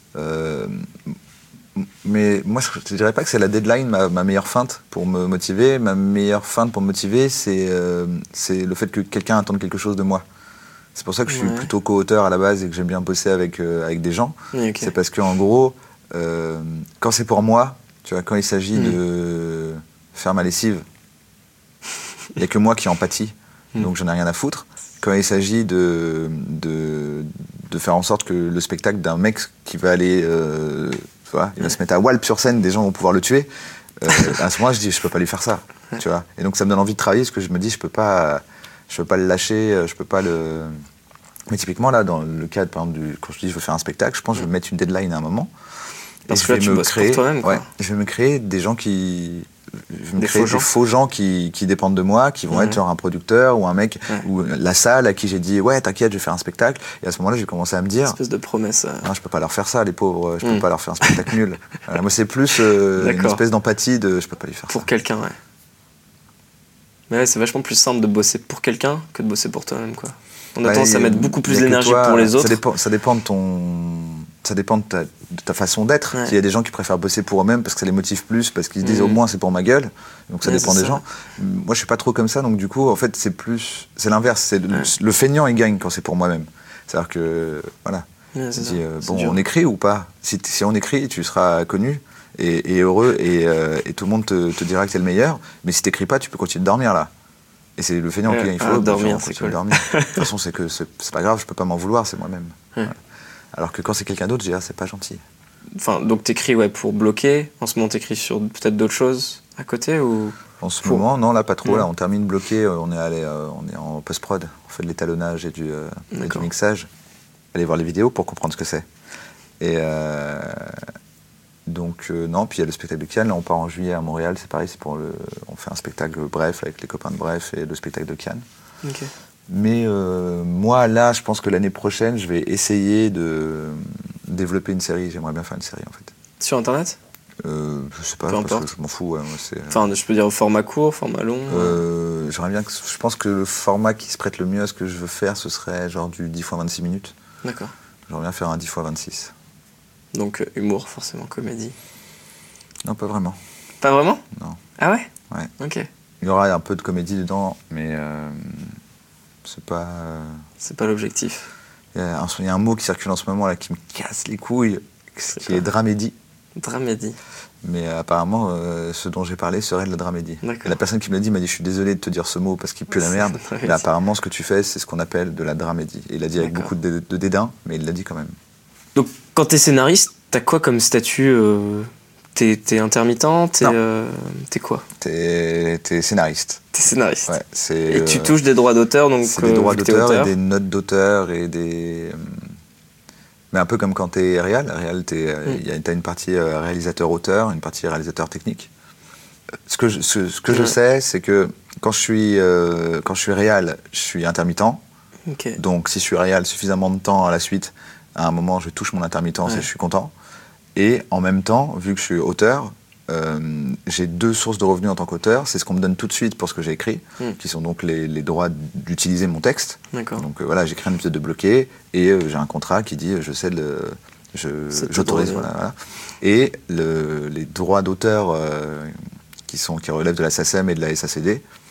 Mais moi, je ne dirais pas que c'est la deadline ma meilleure feinte pour me motiver. Ma meilleure feinte pour me motiver, c'est le fait que quelqu'un attende quelque chose de moi. C'est pour ça que je suis plutôt co-auteur à la base et que j'aime bien bosser avec des gens. Okay. C'est parce qu'en gros, quand c'est pour moi, tu vois, quand il s'agit de faire ma lessive, il n'y a que moi qui en pâtis, donc j'en ai rien à foutre. Quand il s'agit de faire en sorte que le spectacle d'un mec qui va aller... tu vois, il va se mettre à Walp sur scène, des gens vont pouvoir le tuer. À ce moment-là, je dis, je peux pas lui faire ça. Tu vois. Et donc, ça me donne envie de travailler, parce que je me dis, je peux pas le lâcher, je peux pas le... Mais typiquement, là, dans le cadre, par exemple, quand je dis, je veux faire un spectacle, je pense que je vais mettre une deadline à un moment. Parce que là, tu bosses pour toi-même, quoi. Je vais me créer des gens qui... Je vais me créer des faux gens qui dépendent de moi, qui vont être genre un producteur ou un mec, ou la salle à qui j'ai dit ouais t'inquiète je vais faire un spectacle, et à ce moment-là j'ai commencé à me dire une espèce de promesse. Non, je peux pas leur faire ça les pauvres, je peux pas leur faire un spectacle nul. Moi c'est plus une espèce d'empathie de je peux pas lui faire pour ça. Quelqu'un, ouais. Mais c'est vachement plus simple de bosser pour quelqu'un que de bosser pour toi-même, quoi. On a tendance à mettre beaucoup plus d'énergie pour les autres. Ça dépend de ta façon d'être. Il y a des gens qui préfèrent bosser pour eux-mêmes parce que ça les motive plus, parce qu'ils se disent au moins c'est pour ma gueule. Donc ça dépend des gens. Moi je suis pas trop comme ça, donc du coup en fait c'est l'inverse. C'est le feignant il gagne quand c'est pour moi-même. C'est-à-dire que voilà. Tu dis on écrit ou pas. Si on écrit, tu seras connu et heureux et tout le monde te dira que t'es le meilleur. Mais si t'écris pas, tu peux continuer de dormir là. Et c'est le feignant qui gagne. Il faut dormir, c'est cool. Dormir. De toute façon c'est pas grave, je peux pas m'en vouloir, c'est moi-même. Voilà. Alors que quand c'est quelqu'un d'autre, je dis c'est pas gentil. Enfin, donc t'écris pour bloquer. En ce moment, t'écris sur peut-être d'autres choses à côté ou... En ce moment, non, là pas trop. Là, on termine bloqué. On est en post-prod. On fait de l'étalonnage et du mixage. Allez voir les vidéos pour comprendre ce que c'est. Et donc non. Puis il y a le spectacle de Cannes. Là, on part en juillet à Montréal. C'est pareil. On fait un spectacle Bref avec les copains de Bref et le spectacle de Cannes. Okay. Mais moi, là, je pense que l'année prochaine, je vais essayer de développer une série. J'aimerais bien faire une série, en fait. Sur Internet ? Je sais pas, parce que je m'en fous. Ouais, moi, enfin, je peux dire au format court, format long j'aimerais bien je pense que le format qui se prête le mieux à ce que je veux faire, ce serait genre du 10 x 26 minutes. D'accord. J'aimerais bien faire un 10 x 26. Donc humour, forcément, comédie. Non, pas vraiment. Pas vraiment ? Non. Ah ouais ? Ouais. Ok. Il y aura un peu de comédie dedans, mais c'est pas... C'est pas l'objectif. Il y a un mot qui circule en ce moment là qui me casse les couilles, qui est dramédie. Dramédie. Mais apparemment, ce dont j'ai parlé serait de la dramédie. Et la personne qui me l'a dit m'a dit je suis désolé de te dire ce mot parce qu'il pue la merde. Mais apparemment, ce que tu fais, c'est ce qu'on appelle de la dramédie. Et il l'a dit avec beaucoup de dédain, mais il l'a dit quand même. Donc, quand t'es scénariste, t'as quoi comme statut T'es intermittent, t'es quoi? T'es scénariste. T'es scénariste. Ouais, et tu touches des droits d'auteur, donc c'est des droits d'auteur et des notes d'auteur et des... Mais un peu comme quand t'es réal. T'as une partie réalisateur-auteur, une partie réalisateur technique. Ce que je sais, c'est que quand je suis réal, je suis intermittent. Okay. Donc si je suis réal suffisamment de temps à la suite, à un moment, je touche mon intermittence et je suis content. Et en même temps, vu que je suis auteur, j'ai deux sources de revenus en tant qu'auteur. C'est ce qu'on me donne tout de suite pour ce que j'ai écrit, qui sont donc les droits d'utiliser mon texte. D'accord. Donc voilà, j'écris un épisode de bloqué et j'ai un contrat qui dit j'autorise. Voilà. Et les droits d'auteur qui relèvent de la SACEM et de la SACD,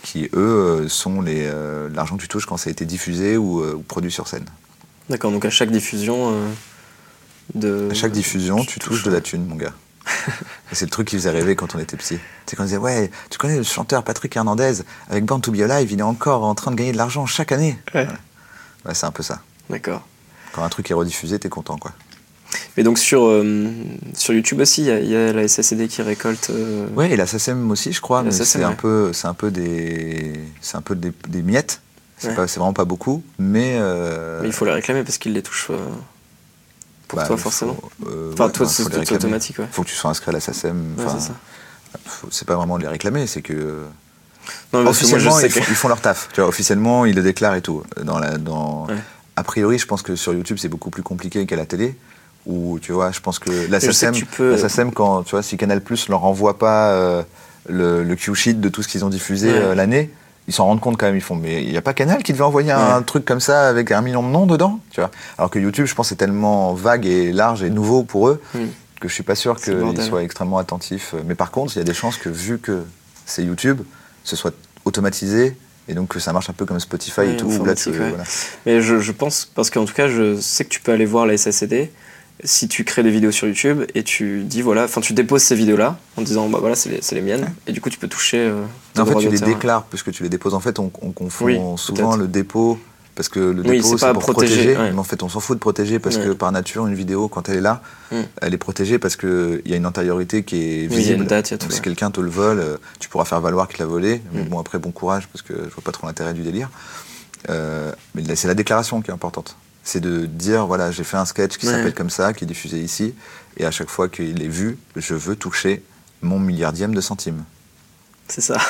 qui eux sont l'argent que tu touches quand ça a été diffusé ou produit sur scène. D'accord, donc à chaque diffusion À chaque diffusion, tu touches de la thune, mon gars. Et c'est le truc qui faisait rêver quand on était petit. C'est quand on disait, ouais, tu connais le chanteur Patrick Hernandez, avec Born to Be Alive, il est encore en train de gagner de l'argent chaque année. Ouais. Ouais, c'est un peu ça. D'accord. Quand un truc est rediffusé, t'es content, quoi. Mais donc sur YouTube aussi, il y a la SACD qui récolte... Ouais, et la SACEM aussi, je crois, mais SACEM, c'est un peu des miettes. C'est vraiment pas beaucoup, mais il faut les réclamer parce qu'ils les touchent pour toi, forcément. Toi, c'est automatique, ouais. Faut que tu sois inscrit à la SACEM. Ouais, c'est ça. C'est pas vraiment de les réclamer, c'est que... Non, officiellement, ils font leur taf. Tu vois, officiellement, ils le déclarent et tout. Ouais. A priori, je pense que sur YouTube, c'est beaucoup plus compliqué qu'à la télé. Où, tu vois, je pense que la SACEM, quand, tu vois, si Canal+ leur envoie pas le cue-sheet de tout ce qu'ils ont diffusé l'année, ils s'en rendent compte quand même. Ils font, mais il n'y a pas Canal qui devait envoyer un truc comme ça avec 1 million de noms dedans, tu vois. Alors que YouTube, je pense, c'est tellement vague et large et nouveau pour eux que je suis pas sûr qu'ils soient extrêmement attentifs. Mais par contre, il y a des chances que, vu que c'est YouTube, ce soit automatisé et donc que ça marche un peu comme Spotify et tout. Là, voilà. Mais je pense, parce qu'en tout cas, je sais que tu peux aller voir la SACD si tu crées des vidéos sur YouTube et tu dis voilà, enfin tu déposes ces vidéos-là en disant bah voilà, c'est les miennes, et du coup tu peux toucher. En fait, tu les déclares puisque tu les déposes. En fait, on confond souvent le dépôt. Parce que le dépôt, c'est pour protéger. Mais en fait, on s'en fout de protéger parce que par nature, une vidéo, quand elle est là, elle est protégée parce qu'il y a une antériorité qui est visible. Il y a une date, il y a tout. Donc, si quelqu'un te le vole, tu pourras faire valoir qu'il l'a volé. Mais bon, après, bon courage parce que je vois pas trop l'intérêt du délire. Mais c'est la déclaration qui est importante. C'est de dire, voilà, j'ai fait un sketch qui s'appelle comme ça, qui est diffusé ici. Et à chaque fois qu'il est vu, je veux toucher mon milliardième de centime. C'est ça.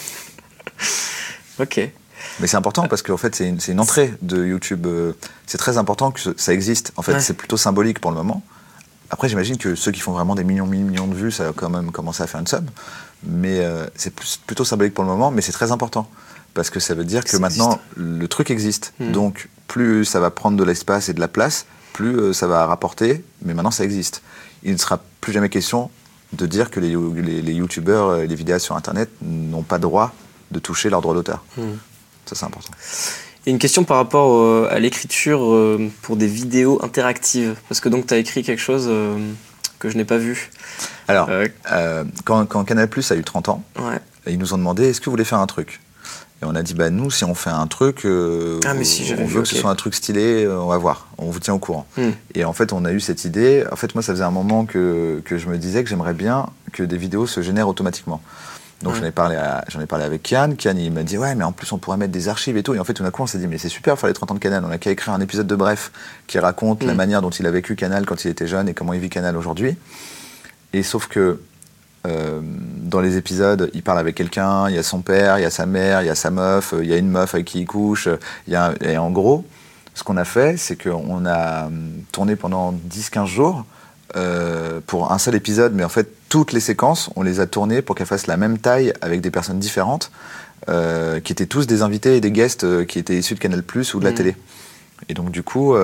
Ok. Mais c'est important parce qu'en fait, c'est une entrée de YouTube. C'est très important que ça existe. En fait, c'est plutôt symbolique pour le moment. Après, j'imagine que ceux qui font vraiment des millions de vues, ça va quand même commencer à faire une somme. Mais c'est plutôt symbolique pour le moment, mais c'est très important. Parce que ça veut dire que maintenant, le truc existe. Donc, plus ça va prendre de l'espace et de la place, plus ça va rapporter. Mais maintenant, ça existe. Il ne sera plus jamais question de dire que les youtubeurs et les vidéastes sur Internet n'ont pas droit de toucher leurs droits d'auteur. Ça, c'est important. Et une question par rapport à l'écriture pour des vidéos interactives. Parce que donc, tu as écrit quelque chose que je n'ai pas vu. Alors, quand Canal+ a eu 30 ans, ils nous ont demandé, est-ce que vous voulez faire un truc ? Et on a dit, bah, nous, si on fait un truc, on veut que ce soit un truc stylé, on va voir, on vous tient au courant. Et en fait, on a eu cette idée. En fait, moi, ça faisait un moment que je me disais que j'aimerais bien que des vidéos se génèrent automatiquement. Donc j'en ai parlé avec Kian. Kian, il m'a dit, ouais, mais en plus, on pourrait mettre des archives et tout. Et en fait, tout d'un coup, on s'est dit, mais c'est super faire les 30 ans de Canal. On a qu'à écrire un épisode de Bref qui raconte la manière dont il a vécu Canal quand il était jeune et comment il vit Canal aujourd'hui. Et sauf que dans les épisodes, il parle avec quelqu'un, il y a son père, il y a sa mère, il y a sa meuf, il y a une meuf avec qui il couche. Et en gros, ce qu'on a fait, c'est qu'on a tourné pendant 10-15 jours pour un seul épisode, mais en fait, toutes les séquences, on les a tournées pour qu'elles fassent la même taille avec des personnes différentes, qui étaient tous des invités et des guests qui étaient issus de Canal+ ou de la télé. Et donc, du coup,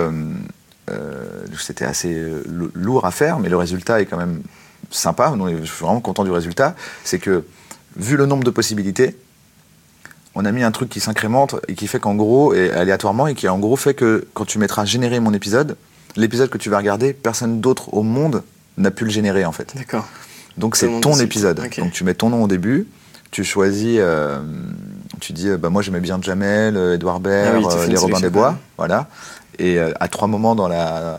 c'était assez lourd à faire, mais le résultat est quand même sympa. Donc, je suis vraiment content du résultat. C'est que, vu le nombre de possibilités, on a mis un truc qui s'incrémente et qui fait qu'en gros, et aléatoirement, et qui en gros fait que quand tu mettras générer mon épisode, l'épisode que tu vas regarder, personne d'autre au monde n'a pu le générer en fait. D'accord. Donc c'est ton épisode. Okay. Donc tu mets ton nom au début, tu choisis, tu dis bah moi j'aimais bien Jamel, Edouard Baird, les Robin des Bois, voilà. Et à 3 moments dans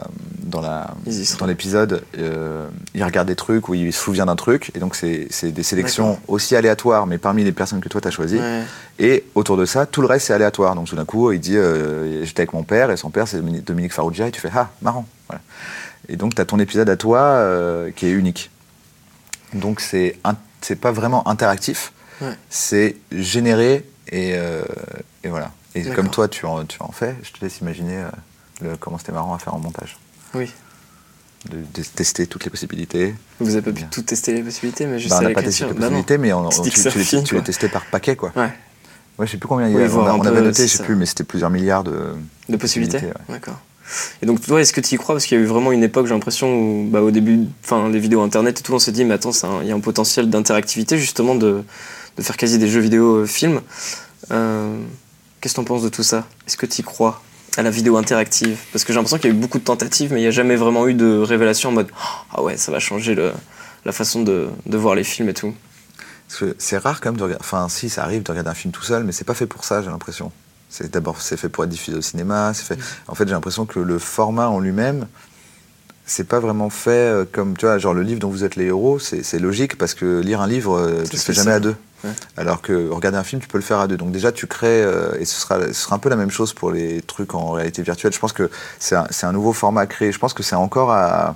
l'épisode, il regarde des trucs ou il se souvient d'un truc. Et donc c'est des sélections aussi aléatoires, mais parmi les personnes que toi tu as choisies. Ouais. Et autour de ça, tout le reste c'est aléatoire. Donc tout d'un coup, il dit j'étais avec mon père et son père c'est Dominique Farrugia et tu fais ah marrant. Voilà. Et donc tu as ton épisode à toi qui est unique. Donc c'est pas vraiment interactif, c'est généré et voilà. Et comme toi tu en fais, je te laisse imaginer comment c'était marrant à faire en montage. Oui. De tester toutes les possibilités. Vous avez pas pu tout tester les possibilités, mais juste on n'a pas testé les possibilités, mais tu les testais par paquet, quoi. Ouais. Ouais, je sais plus combien il y a. On avait noté, je sais plus, mais c'était plusieurs milliards de possibilités. Ouais. D'accord. Et donc toi, est-ce que tu y crois ? Parce qu'il y a eu vraiment une époque, j'ai l'impression, où au début, les vidéos internet et tout, on s'est dit, mais attends, il y a un potentiel d'interactivité, justement, de de faire quasi des jeux vidéo films. Qu'est-ce que t'en penses de tout ça? Est-ce que t'y crois à la vidéo interactive? Parce que j'ai l'impression qu'il y a eu beaucoup de tentatives, mais il n'y a jamais vraiment eu de révélation en mode ah ouais, ça va changer la façon de voir les films et tout. Parce que c'est rare quand même de regarder. Enfin, si, ça arrive de regarder un film tout seul, mais c'est pas fait pour ça, j'ai l'impression. C'est fait pour être diffusé au cinéma. En fait, j'ai l'impression que le format en lui-même, c'est pas vraiment fait comme, tu vois, genre le livre dont vous êtes les héros, c'est logique parce que lire un livre, tu le fais jamais à deux. Ouais. Alors que regarder un film, tu peux le faire à deux. Donc déjà, tu crées, et ce sera un peu la même chose pour les trucs en réalité virtuelle. Je pense que c'est un nouveau format à créer. Je pense que c'est encore à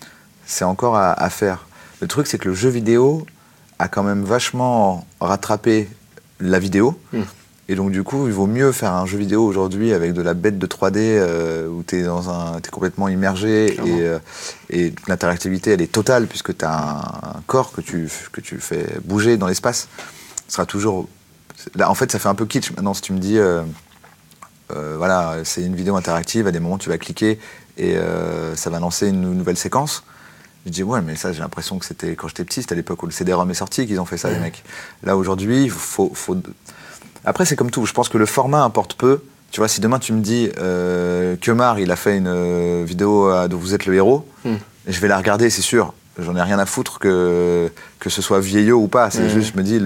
faire. Le truc, c'est que le jeu vidéo a quand même vachement rattrapé la vidéo. Et donc, du coup, il vaut mieux faire un jeu vidéo aujourd'hui avec de la bête de 3D où t'es complètement immergé et l'interactivité, elle est totale puisque t'as un corps que tu fais bouger dans l'espace. Ce sera toujours... Là, en fait, ça fait un peu kitsch. Maintenant, si tu me dis, voilà, c'est une vidéo interactive, à des moments, tu vas cliquer et ça va lancer une nouvelle séquence. Je dis, ouais, mais ça, j'ai l'impression que c'était quand j'étais petit, c'était à l'époque où le CD-ROM est sorti qu'ils ont fait ça, les mecs. Là, aujourd'hui, il faut... Après, c'est comme tout. Je pense que le format importe peu. Tu vois, si demain tu me dis Kemar, il a fait une vidéo dont vous êtes le héros, je vais la regarder, c'est sûr. J'en ai rien à foutre que ce soit vieillot ou pas. C'est juste, je me dis,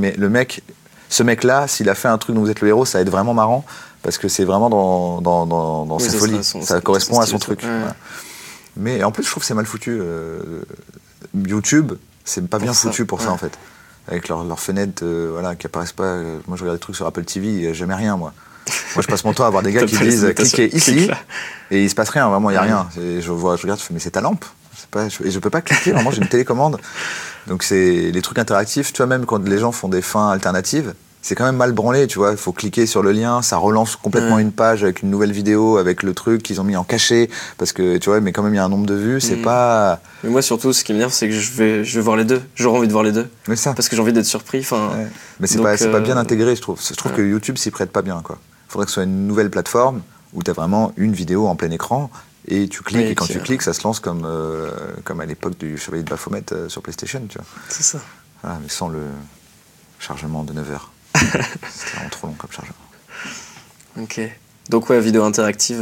ce mec-là, s'il a fait un truc dont vous êtes le héros, ça va être vraiment marrant parce que c'est vraiment dans sa folie. Ça correspond à son truc. Ouais. Voilà. Mais en plus, je trouve que c'est mal foutu. YouTube, c'est pas bien foutu pour ça, en fait. Avec leurs fenêtres voilà, qui apparaissent pas. Moi, je regarde des trucs sur Apple TV, jamais rien, moi. Moi, je passe mon temps à voir des gars qui disent cliquez ici, et il se passe rien, vraiment, il n'y a rien. Et je regarde, je fais, mais c'est ta lampe. Et je peux pas cliquer, vraiment, j'ai une télécommande. Donc, c'est les trucs interactifs, tu vois, même quand les gens font des fins alternatives, c'est quand même mal branlé, tu vois. Il faut cliquer sur le lien, ça relance complètement une page avec une nouvelle vidéo, avec le truc qu'ils ont mis en cachet, parce que, tu vois, mais quand même, il y a un nombre de vues, c'est pas... Mais moi, surtout, ce qui m'énerve, c'est que je vais voir les deux. J'aurais envie de voir les deux. Mais ça. Parce que j'ai envie d'être surpris, ouais. Mais c'est pas bien intégré, je trouve. Je trouve que YouTube s'y prête pas bien, quoi. Il faudrait que ce soit une nouvelle plateforme où tu as vraiment une vidéo en plein écran, et tu cliques, et quand tu cliques, ça se lance comme à l'époque du Chevalier de Baphomet sur PlayStation, tu vois. C'est ça. Voilà, mais sans le chargement de 9 heures. C'était vraiment trop long comme chargement. Ok. Donc ouais, vidéo interactive...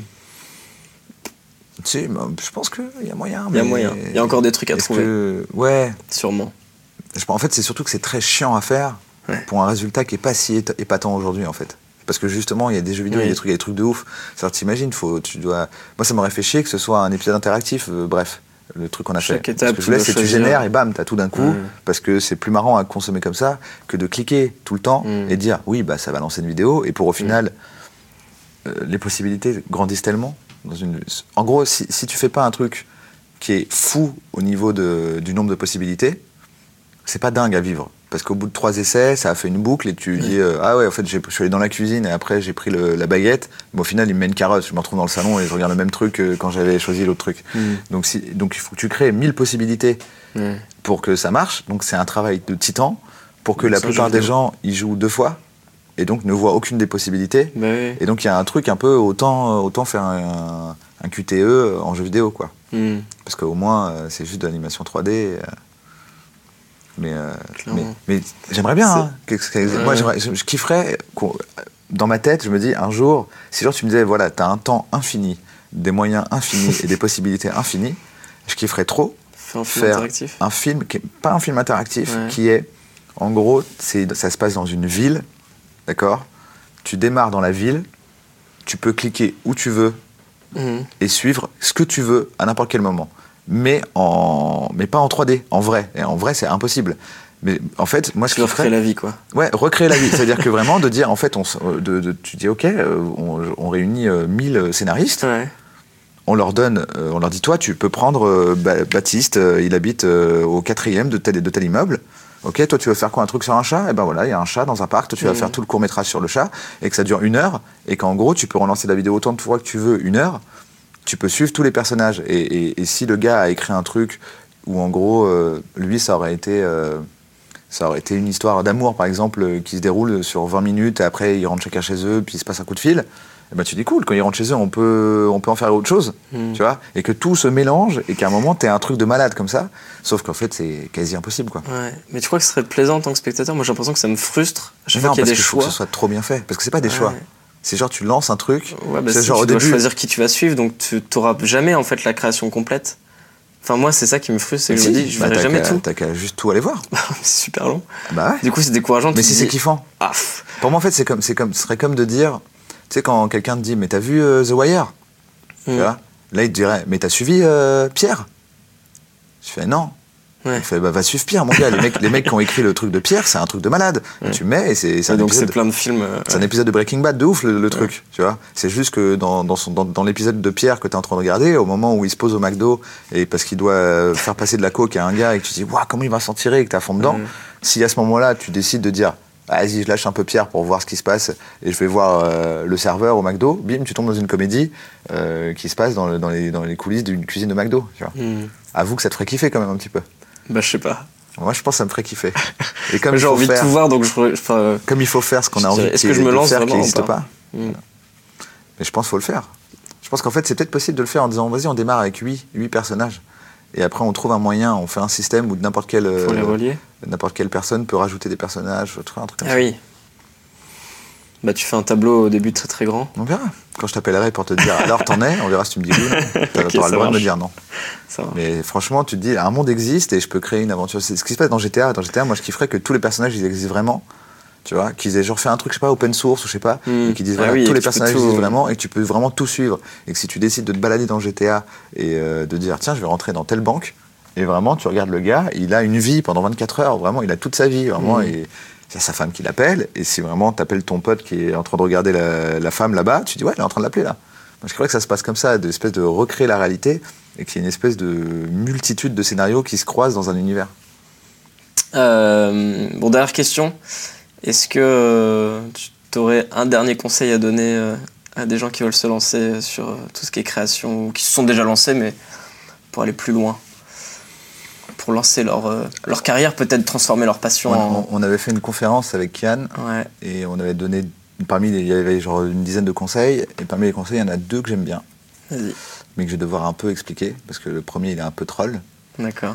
Si, bah, je pense qu'il y a moyen. Il y a moyen. Il y a encore des trucs à trouver. Ouais. Sûrement. En fait, c'est surtout que c'est très chiant à faire pour un résultat qui n'est pas si épatant aujourd'hui, en fait. Parce que justement, il y a des jeux vidéo, il y a des trucs de ouf. C'est-à-dire, t'imagines, Moi, ça m'aurait fait chier que ce soit un épisode interactif, bref, le truc qu'on a fait. Étape, ce que je laisse, c'est que tu génères et bam, t'as tout d'un coup, parce que c'est plus marrant à consommer comme ça que de cliquer tout le temps et dire, oui, bah, ça va lancer une vidéo, et pour au final, les possibilités grandissent tellement. En gros, si tu fais pas un truc qui est fou au niveau du nombre de possibilités, c'est pas dingue à vivre. Parce qu'au bout de 3 essais, ça a fait une boucle et tu dis ah ouais, en fait, je suis allé dans la cuisine et après j'ai pris la baguette. Mais au final, il me met une carotte. Je me retrouve dans le salon et je regarde le même truc que quand j'avais choisi l'autre truc. Donc il faut que tu crées 1000 possibilités pour que ça marche. Donc c'est un travail de titan pour que la plupart des gens y jouent 2 fois. Et donc ne voit aucune des possibilités. Et donc il y a un truc un peu, autant faire un QTE en jeu vidéo, quoi. Parce qu'au moins, c'est juste de l'animation 3D. Mais j'aimerais bien. Hein, moi, je kifferais. Dans ma tête, je me dis, un jour, si genre tu me disais, voilà, t'as un temps infini, des moyens infinis et des possibilités infinies, je kifferais trop faire un film, pas un film interactif, qui est, en gros, ça se passe dans une ville. D'accord ? Tu démarres dans la ville, tu peux cliquer où tu veux et suivre ce que tu veux à n'importe quel moment. Mais pas en 3D, en vrai. Et en vrai, c'est impossible. Mais en fait, moi, tu veux recréer la vie, quoi. Ouais, recréer la vie. C'est-à-dire que vraiment, de dire, en fait, tu dis, OK, on réunit 1000 scénaristes, on leur dit, toi, tu peux prendre Baptiste, il habite au 4e de tel immeuble. Ok, toi tu veux faire quoi, un truc sur un chat ? Et ben voilà, il y a un chat dans un parc, toi tu vas faire tout le court-métrage sur le chat, et que ça dure 1 heure, et qu'en gros tu peux relancer la vidéo autant de fois que tu veux, 1 heure, tu peux suivre tous les personnages. Et si le gars a écrit un truc où en gros, lui ça aurait été une histoire d'amour par exemple, qui se déroule sur 20 minutes, et après ils rentrent chacun chez eux, puis il se passe un coup de fil, et ben tu dis cool, quand ils rentrent chez eux, on peut en faire autre chose, tu vois, et que tout se mélange et qu'à un moment t'es un truc de malade comme ça, sauf qu'en fait c'est quasi impossible quoi. Ouais. Mais tu crois que ce serait plaisant en tant que spectateur? Moi j'ai l'impression que ça me frustre à chaque fois qu'il y a des choix. Faut que ce soit trop bien fait, parce que c'est pas des choix. C'est genre tu lances un truc, c'est genre tu dois choisir qui tu vas suivre, donc tu n'auras jamais en fait la création complète. Enfin moi c'est ça qui me frustre, c'est que je me dis je verrai jamais tout. T'as qu'à juste tout aller voir. C'est super long. Bah ouais. Du coup c'est décourageant. Mais si c'est kiffant. Pour moi en fait ce serait comme de dire, tu sais quand quelqu'un te dit mais t'as vu The Wire, tu vois, là il te dirait mais t'as suivi Pierre. Je fais non. Il fait bah va suivre Pierre mon gars, les mecs qui ont écrit le truc de Pierre c'est un truc de malade. Tu mets et c'est un donc épisode, c'est plein de films. C'est un épisode de Breaking Bad de ouf le truc, tu vois. C'est juste que dans l'épisode de Pierre que t'es en train de regarder, au moment où il se pose au McDo et parce qu'il doit faire passer de la coke à un gars et que tu te dis waouh comment il va s'en tirer et que t'es à fond dedans, si à ce moment-là tu décides de dire vas-y je lâche un peu Pierre pour voir ce qui se passe et je vais voir le serveur au McDo, bim tu tombes dans une comédie qui se passe dans les coulisses d'une cuisine de McDo, tu vois. Avoue que ça te ferait kiffer quand même un petit peu. Bah je sais pas. Moi je pense que ça me ferait kiffer. Et comme j'ai envie de tout voir donc comme il faut faire ce qu'on a envie de faire qui n'existe pas. Mais je pense qu'il faut le faire. Je pense qu'en fait c'est peut-être possible de le faire en disant vas-y on démarre avec 8 personnages et après on trouve un moyen, on fait un système où n'importe quelle personne peut rajouter des personnages, un truc comme ça. Ah oui. Bah tu fais un tableau au début très très grand. On verra. Quand je t'appellerai pour te dire alors t'en es, on verra si tu me dis oui. T'auras le droit de me dire non. Mais franchement, tu te dis un monde existe et je peux créer une aventure. C'est ce qui se passe dans GTA. Dans GTA, moi je kifferais que tous les personnages ils existent vraiment. Tu vois, qu'ils aient genre fait un truc, je sais pas, open source ou je sais pas, et qu'ils disent voilà, tous les personnages existent vraiment et que tu peux vraiment tout suivre. Et que si tu décides de te balader dans GTA et de dire tiens, je vais rentrer dans telle banque, et vraiment tu regardes le gars, il a une vie pendant 24 heures, vraiment, il a toute sa vie, vraiment. Et c'est sa femme qui l'appelle, et si vraiment t'appelles ton pote qui est en train de regarder la femme là-bas, tu dis ouais, elle est en train de l'appeler là. Moi, je crois que ça se passe comme ça, d'espèce de recréer la réalité, et qu'il y a une espèce de multitude de scénarios qui se croisent dans un univers. Bon, dernière question. Est-ce que tu aurais un dernier conseil à donner à des gens qui veulent se lancer sur tout ce qui est création, ou qui se sont déjà lancés, mais pour aller plus loin, pour lancer leur carrière, peut-être transformer leur passion on avait fait une conférence avec Kian, et on avait donné, il y avait genre une dizaine de conseils, et parmi les conseils, il y en a 2 que j'aime bien. Vas-y. Mais que je vais devoir un peu expliquer, parce que le premier, il est un peu troll. D'accord.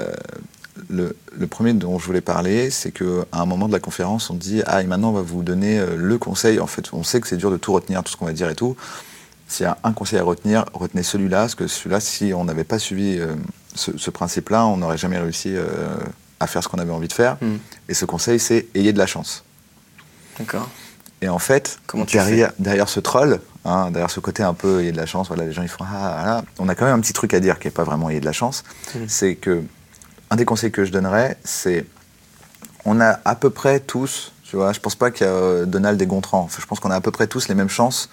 Le premier dont je voulais parler, c'est qu'à un moment de la conférence, on dit « Ah, et maintenant, on va vous donner le conseil. » En fait, on sait que c'est dur de tout retenir, tout ce qu'on va dire et tout. S'il y a un conseil à retenir, retenez celui-là, parce que celui-là, si on n'avait pas suivi ce principe-là, on n'aurait jamais réussi à faire ce qu'on avait envie de faire. Et ce conseil, c'est « Ayez de la chance. » D'accord. Et en fait, derrière ce troll, derrière ce côté un peu « Ayez de la chance », voilà, les gens ils font « Ah, là », on a quand même un petit truc à dire qui n'est pas vraiment « Ayez de la chance ». C'est que un des conseils que je donnerais, c'est on a à peu près tous, tu vois, je pense pas qu'il y a Donald et Gontran, enfin, je pense qu'on a à peu près tous les mêmes chances,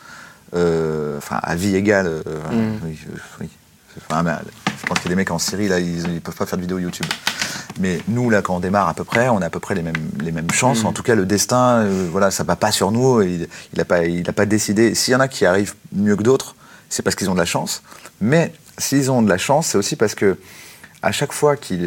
à vie égale. Oui. Enfin, je pense qu'il y a des mecs en Syrie, là, ils peuvent pas faire de vidéo YouTube. Mais nous, là, quand on démarre à peu près, on a à peu près les mêmes chances. En tout cas, le destin, voilà, ça va pas sur nous, il a pas décidé. S'il y en a qui arrivent mieux que d'autres, c'est parce qu'ils ont de la chance. Mais s'ils ont de la chance, c'est aussi parce que à chaque fois qu'ils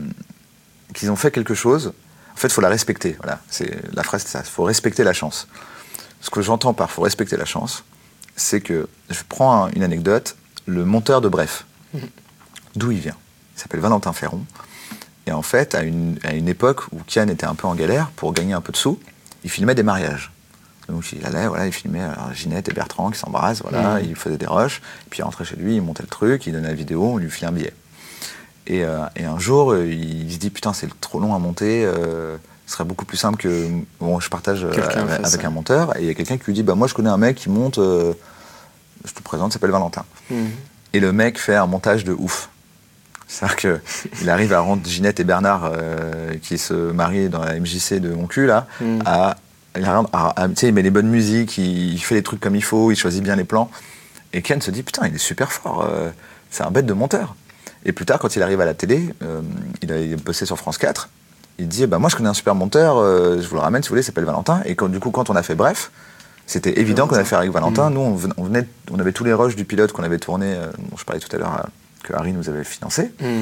ont fait quelque chose, en fait, il faut la respecter. Voilà, la phrase, c'est ça. Il faut respecter la chance. Ce que j'entends par « faut respecter la chance », c'est que, je prends une anecdote, le monteur de Bref, d'où il vient. Il s'appelle Valentin Ferron. Et en fait, à une époque où Kian était un peu en galère, pour gagner un peu de sous, il filmait des mariages. Donc il allait, voilà, il filmait Ginette et Bertrand qui s'embrassent, voilà, il faisait des rushs, puis il rentrait chez lui, il montait le truc, il donnait la vidéo, on lui filait un billet. Et un jour, il se dit « Putain, c'est trop long à monter, ce serait beaucoup plus simple que je partage avec un monteur. » Et il y a quelqu'un qui lui dit « Bah moi, je connais un mec qui monte, je te présente, il s'appelle Valentin. Et le mec fait un montage de ouf. C'est-à-dire qu'il arrive à rendre Ginette et Bernard, qui se marient dans la MJC de mon cul, là, tu sais, il met les bonnes musiques, il fait les trucs comme il faut, il choisit bien les plans. Et Ken se dit « Putain, il est super fort, c'est un bête de monteur. » Et plus tard, quand il arrive à la télé, il a bossé sur France 4, il dit bah, « Moi, je connais un super monteur, je vous le ramène si vous voulez, il s'appelle Valentin. » Et du coup, quand on a fait Bref, c'était évident qu'on allait faire avec Valentin. Nous, on avait tous les rushs du pilote qu'on avait tourné, dont je parlais tout à l'heure, que Harry nous avait financé.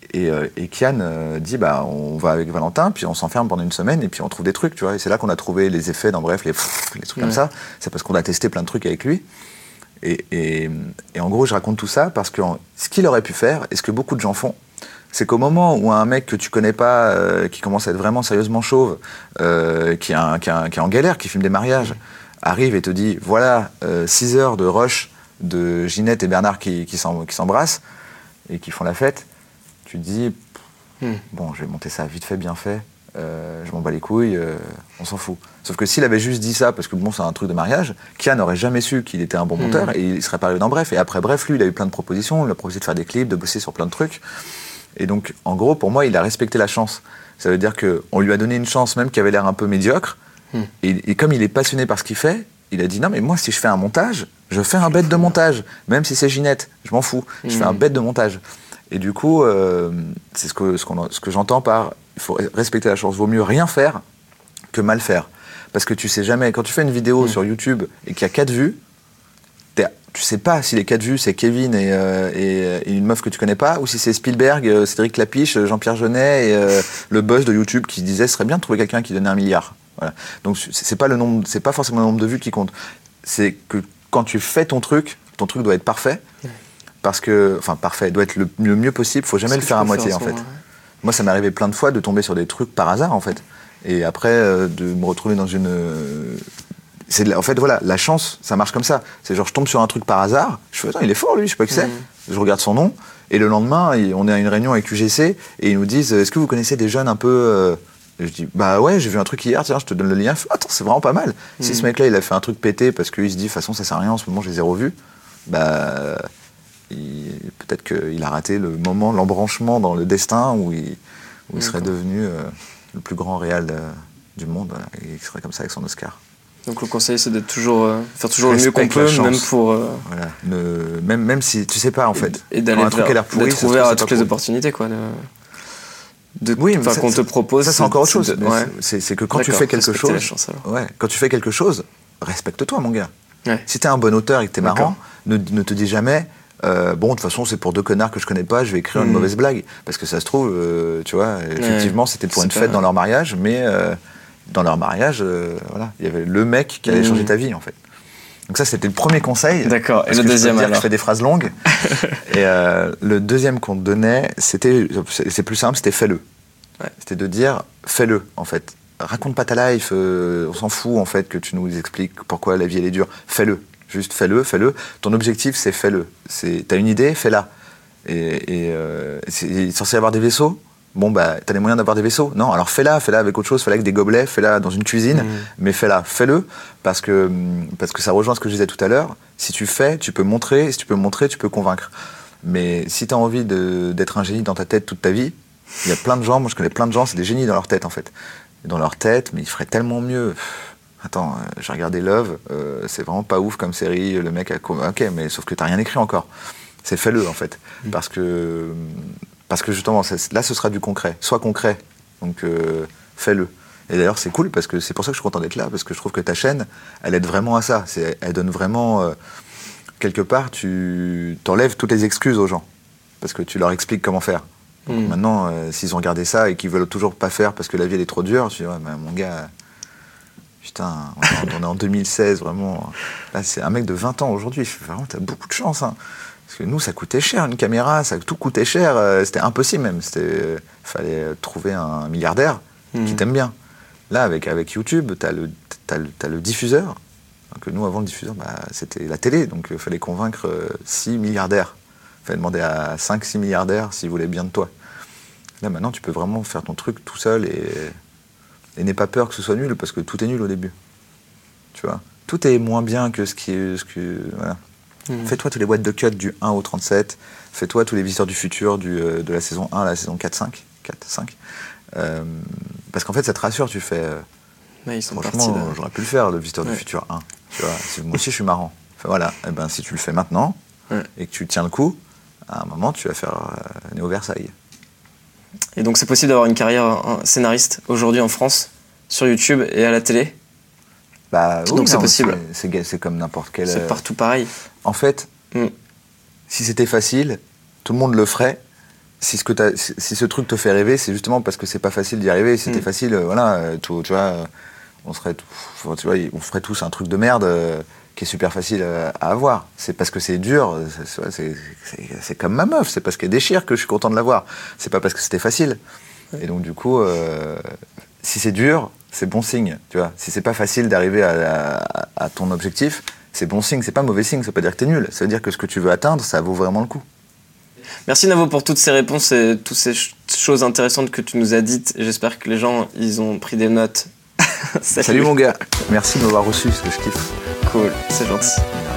Et Kian dit on va avec Valentin, puis on s'enferme pendant une semaine et puis on trouve des trucs, tu vois. Et c'est là qu'on a trouvé les effets dans Bref, les trucs comme ça. C'est parce qu'on a testé plein de trucs avec lui. Et en gros, je raconte tout ça parce que ce qu'il aurait pu faire, et ce que beaucoup de gens font, c'est qu'au moment où un mec que tu connais pas, qui commence à être vraiment sérieusement chauve, qui est en galère, qui filme des mariages, arrive et te dit voilà 6 heures de rush de Ginette et Bernard qui s'embrassent et qui font la fête, tu te dis bon, je vais monter ça vite fait, bien fait, je m'en bats les couilles, on s'en fout. Sauf que s'il avait juste dit ça, parce que bon, c'est un truc de mariage, Kian n'aurait jamais su qu'il était un bon monteur et il serait pas arrivé dans Bref. Et après Bref, lui, il a eu plein de propositions, il a proposé de faire des clips, de bosser sur plein de trucs. Et donc, en gros, pour moi, il a respecté la chance. Ça veut dire qu'on lui a donné une chance, même qui avait l'air un peu médiocre. Et comme il est passionné par ce qu'il fait, il a dit non, mais moi, si je fais un montage, je fais un bête de montage. Même si c'est Ginette, je m'en fous. Je fais un bête de montage. Et du coup, c'est ce que j'entends par il faut respecter la chance. Vaut mieux rien faire que mal faire. Parce que tu sais jamais, quand tu fais une vidéo sur YouTube et qu'il y a 4 vues, tu sais pas si les 4 vues c'est Kevin et une meuf que tu connais pas, ou si c'est Spielberg, Cédric Clapiche, Jean-Pierre Jeunet et le boss de YouTube qui disait ce serait bien de trouver quelqu'un qui donnait 1 milliard. Voilà. Donc c'est pas forcément le nombre de vues qui compte. C'est que quand tu fais ton truc doit être parfait. Parce que, enfin parfait, doit être le mieux possible, faut jamais le faire à moitié en fait. Moi ça m'est arrivé plein de fois de tomber sur des trucs par hasard en fait. Et après de me retrouver dans une... en fait voilà, la chance, ça marche comme ça. C'est genre je tombe sur un truc par hasard, je fais attends il est fort lui, je sais pas qui c'est. Je regarde son nom, et le lendemain on est à une réunion avec UGC, et ils nous disent est-ce que vous connaissez des jeunes un peu... Et je dis bah ouais, j'ai vu un truc hier, tiens je te donne le lien. Attends c'est vraiment pas mal. Si ce mec là il a fait un truc pété parce qu'il se dit de toute façon ça sert à rien en ce moment, j'ai 0 vue, bah... peut-être qu'il a raté le moment, l'embranchement dans le destin où il serait devenu le plus grand réal du monde, et il serait comme ça avec son Oscar. Donc le conseil c'est d'être faire toujours le mieux qu'on peut, même pour... Voilà. Même si tu sais pas en fait. Et d'aller d'être ouvert à toutes les opportunités quoi. Qu'on te propose. Ça c'est encore autre chose. C'est que quand tu fais quelque chose... quand tu fais quelque chose, respecte-toi mon gars. Ouais. Si t'es un bon auteur et que t'es marrant, ne te dis jamais... bon, de toute façon, c'est pour 2 connards que je connais pas, je vais écrire une mauvaise blague. Parce que ça se trouve, tu vois, effectivement, c'était pour une fête dans leur mariage, mais dans leur mariage, voilà, il y avait le mec qui allait changer ta vie, en fait. Donc ça, c'était le premier conseil. D'accord, et le deuxième alors? Je fais des phrases longues. Et le deuxième qu'on te donnait, c'est plus simple, c'était fais-le. Ouais. C'était de dire, fais-le, en fait. Raconte pas ta life, on s'en fout, en fait, que tu nous expliques pourquoi la vie, elle est dure. Fais-le. Juste fais-le. Ton objectif, c'est fais-le. T'as une idée, fais-la. Et c'est censé avoir des vaisseaux. Bon, bah, t'as les moyens d'avoir des vaisseaux. Non, alors fais-la avec autre chose, fais-la avec des gobelets, fais-la dans une cuisine, mais fais-la, fais-le, parce que ça rejoint ce que je disais tout à l'heure. Si tu fais, tu peux montrer, si tu peux montrer, tu peux convaincre. Mais si t'as envie d'être un génie dans ta tête toute ta vie, il y a plein de gens, moi je connais plein de gens, c'est des génies dans leur tête en fait. Dans leur tête, mais ils feraient tellement mieux. Attends, j'ai regardé Love, c'est vraiment pas ouf comme série, le mec a... Ok, mais sauf que t'as rien écrit encore. C'est fais-le en fait. Parce que justement, là ce sera du concret. Sois concret, donc fais-le. Et d'ailleurs c'est cool parce que c'est pour ça que je suis content d'être là, parce que je trouve que ta chaîne, elle aide vraiment à ça. Elle donne vraiment... quelque part, tu t'enlèves toutes les excuses aux gens. Parce que tu leur expliques comment faire. Donc maintenant, s'ils ont regardé ça et qu'ils veulent toujours pas faire parce que la vie elle est trop dure, je dis ouais, mon gars... Putain, on est en 2016, vraiment. Là, c'est un mec de 20 ans aujourd'hui. Vraiment, t'as beaucoup de chance. Hein. Parce que nous, ça coûtait cher, une caméra, tout coûtait cher. C'était impossible même. Fallait trouver un milliardaire qui t'aime bien. Là, avec YouTube, t'as le diffuseur. Donc, nous, avant le diffuseur, c'était la télé. Donc, il fallait convaincre 6 milliardaires. Il fallait demander à 5-6 milliardaires s'ils voulaient bien de toi. Là, maintenant, tu peux vraiment faire ton truc tout seul et n'aie pas peur que ce soit nul, parce que tout est nul au début. Tu vois, tout est moins bien que voilà. Fais-toi tous les boîtes de cut du 1 au 37, fais-toi tous les visiteurs du futur de la saison 1 à la saison 4-5. Parce qu'en fait, ça te rassure, tu fais... ils sont franchement, j'aurais pu le faire, le visiteur du futur 1. Tu vois, moi aussi, je suis marrant. Enfin, voilà, et ben, si tu le fais maintenant, et que tu tiens le coup, à un moment, tu vas faire Néo Versailles. Et donc c'est possible d'avoir une carrière scénariste aujourd'hui en France, sur YouTube et à la télé? Bah oui, donc c'est possible. C'est comme n'importe quel... C'est partout pareil. En fait, si c'était facile, tout le monde le ferait, si ce truc te fait rêver, c'est justement parce que c'est pas facile d'y arriver. Si c'était facile, voilà, tu vois, on ferait tous un truc de merde qui est super facile à avoir. C'est parce que c'est dur, c'est comme ma meuf, c'est parce qu'elle déchire que je suis content de l'avoir. C'est pas parce que c'était facile. Et donc du coup, si c'est dur, c'est bon signe, tu vois. Si c'est pas facile d'arriver à ton objectif, c'est bon signe, c'est pas mauvais signe, ça veut pas dire que t'es nul. Ça veut dire que ce que tu veux atteindre, ça vaut vraiment le coup. Merci Navo pour toutes ces réponses et toutes ces choses intéressantes que tu nous as dites. J'espère que les gens, ils ont pris des notes. Salut mon gars, merci de m'avoir reçu, parce que je kiffe. Cool, c'est gentil.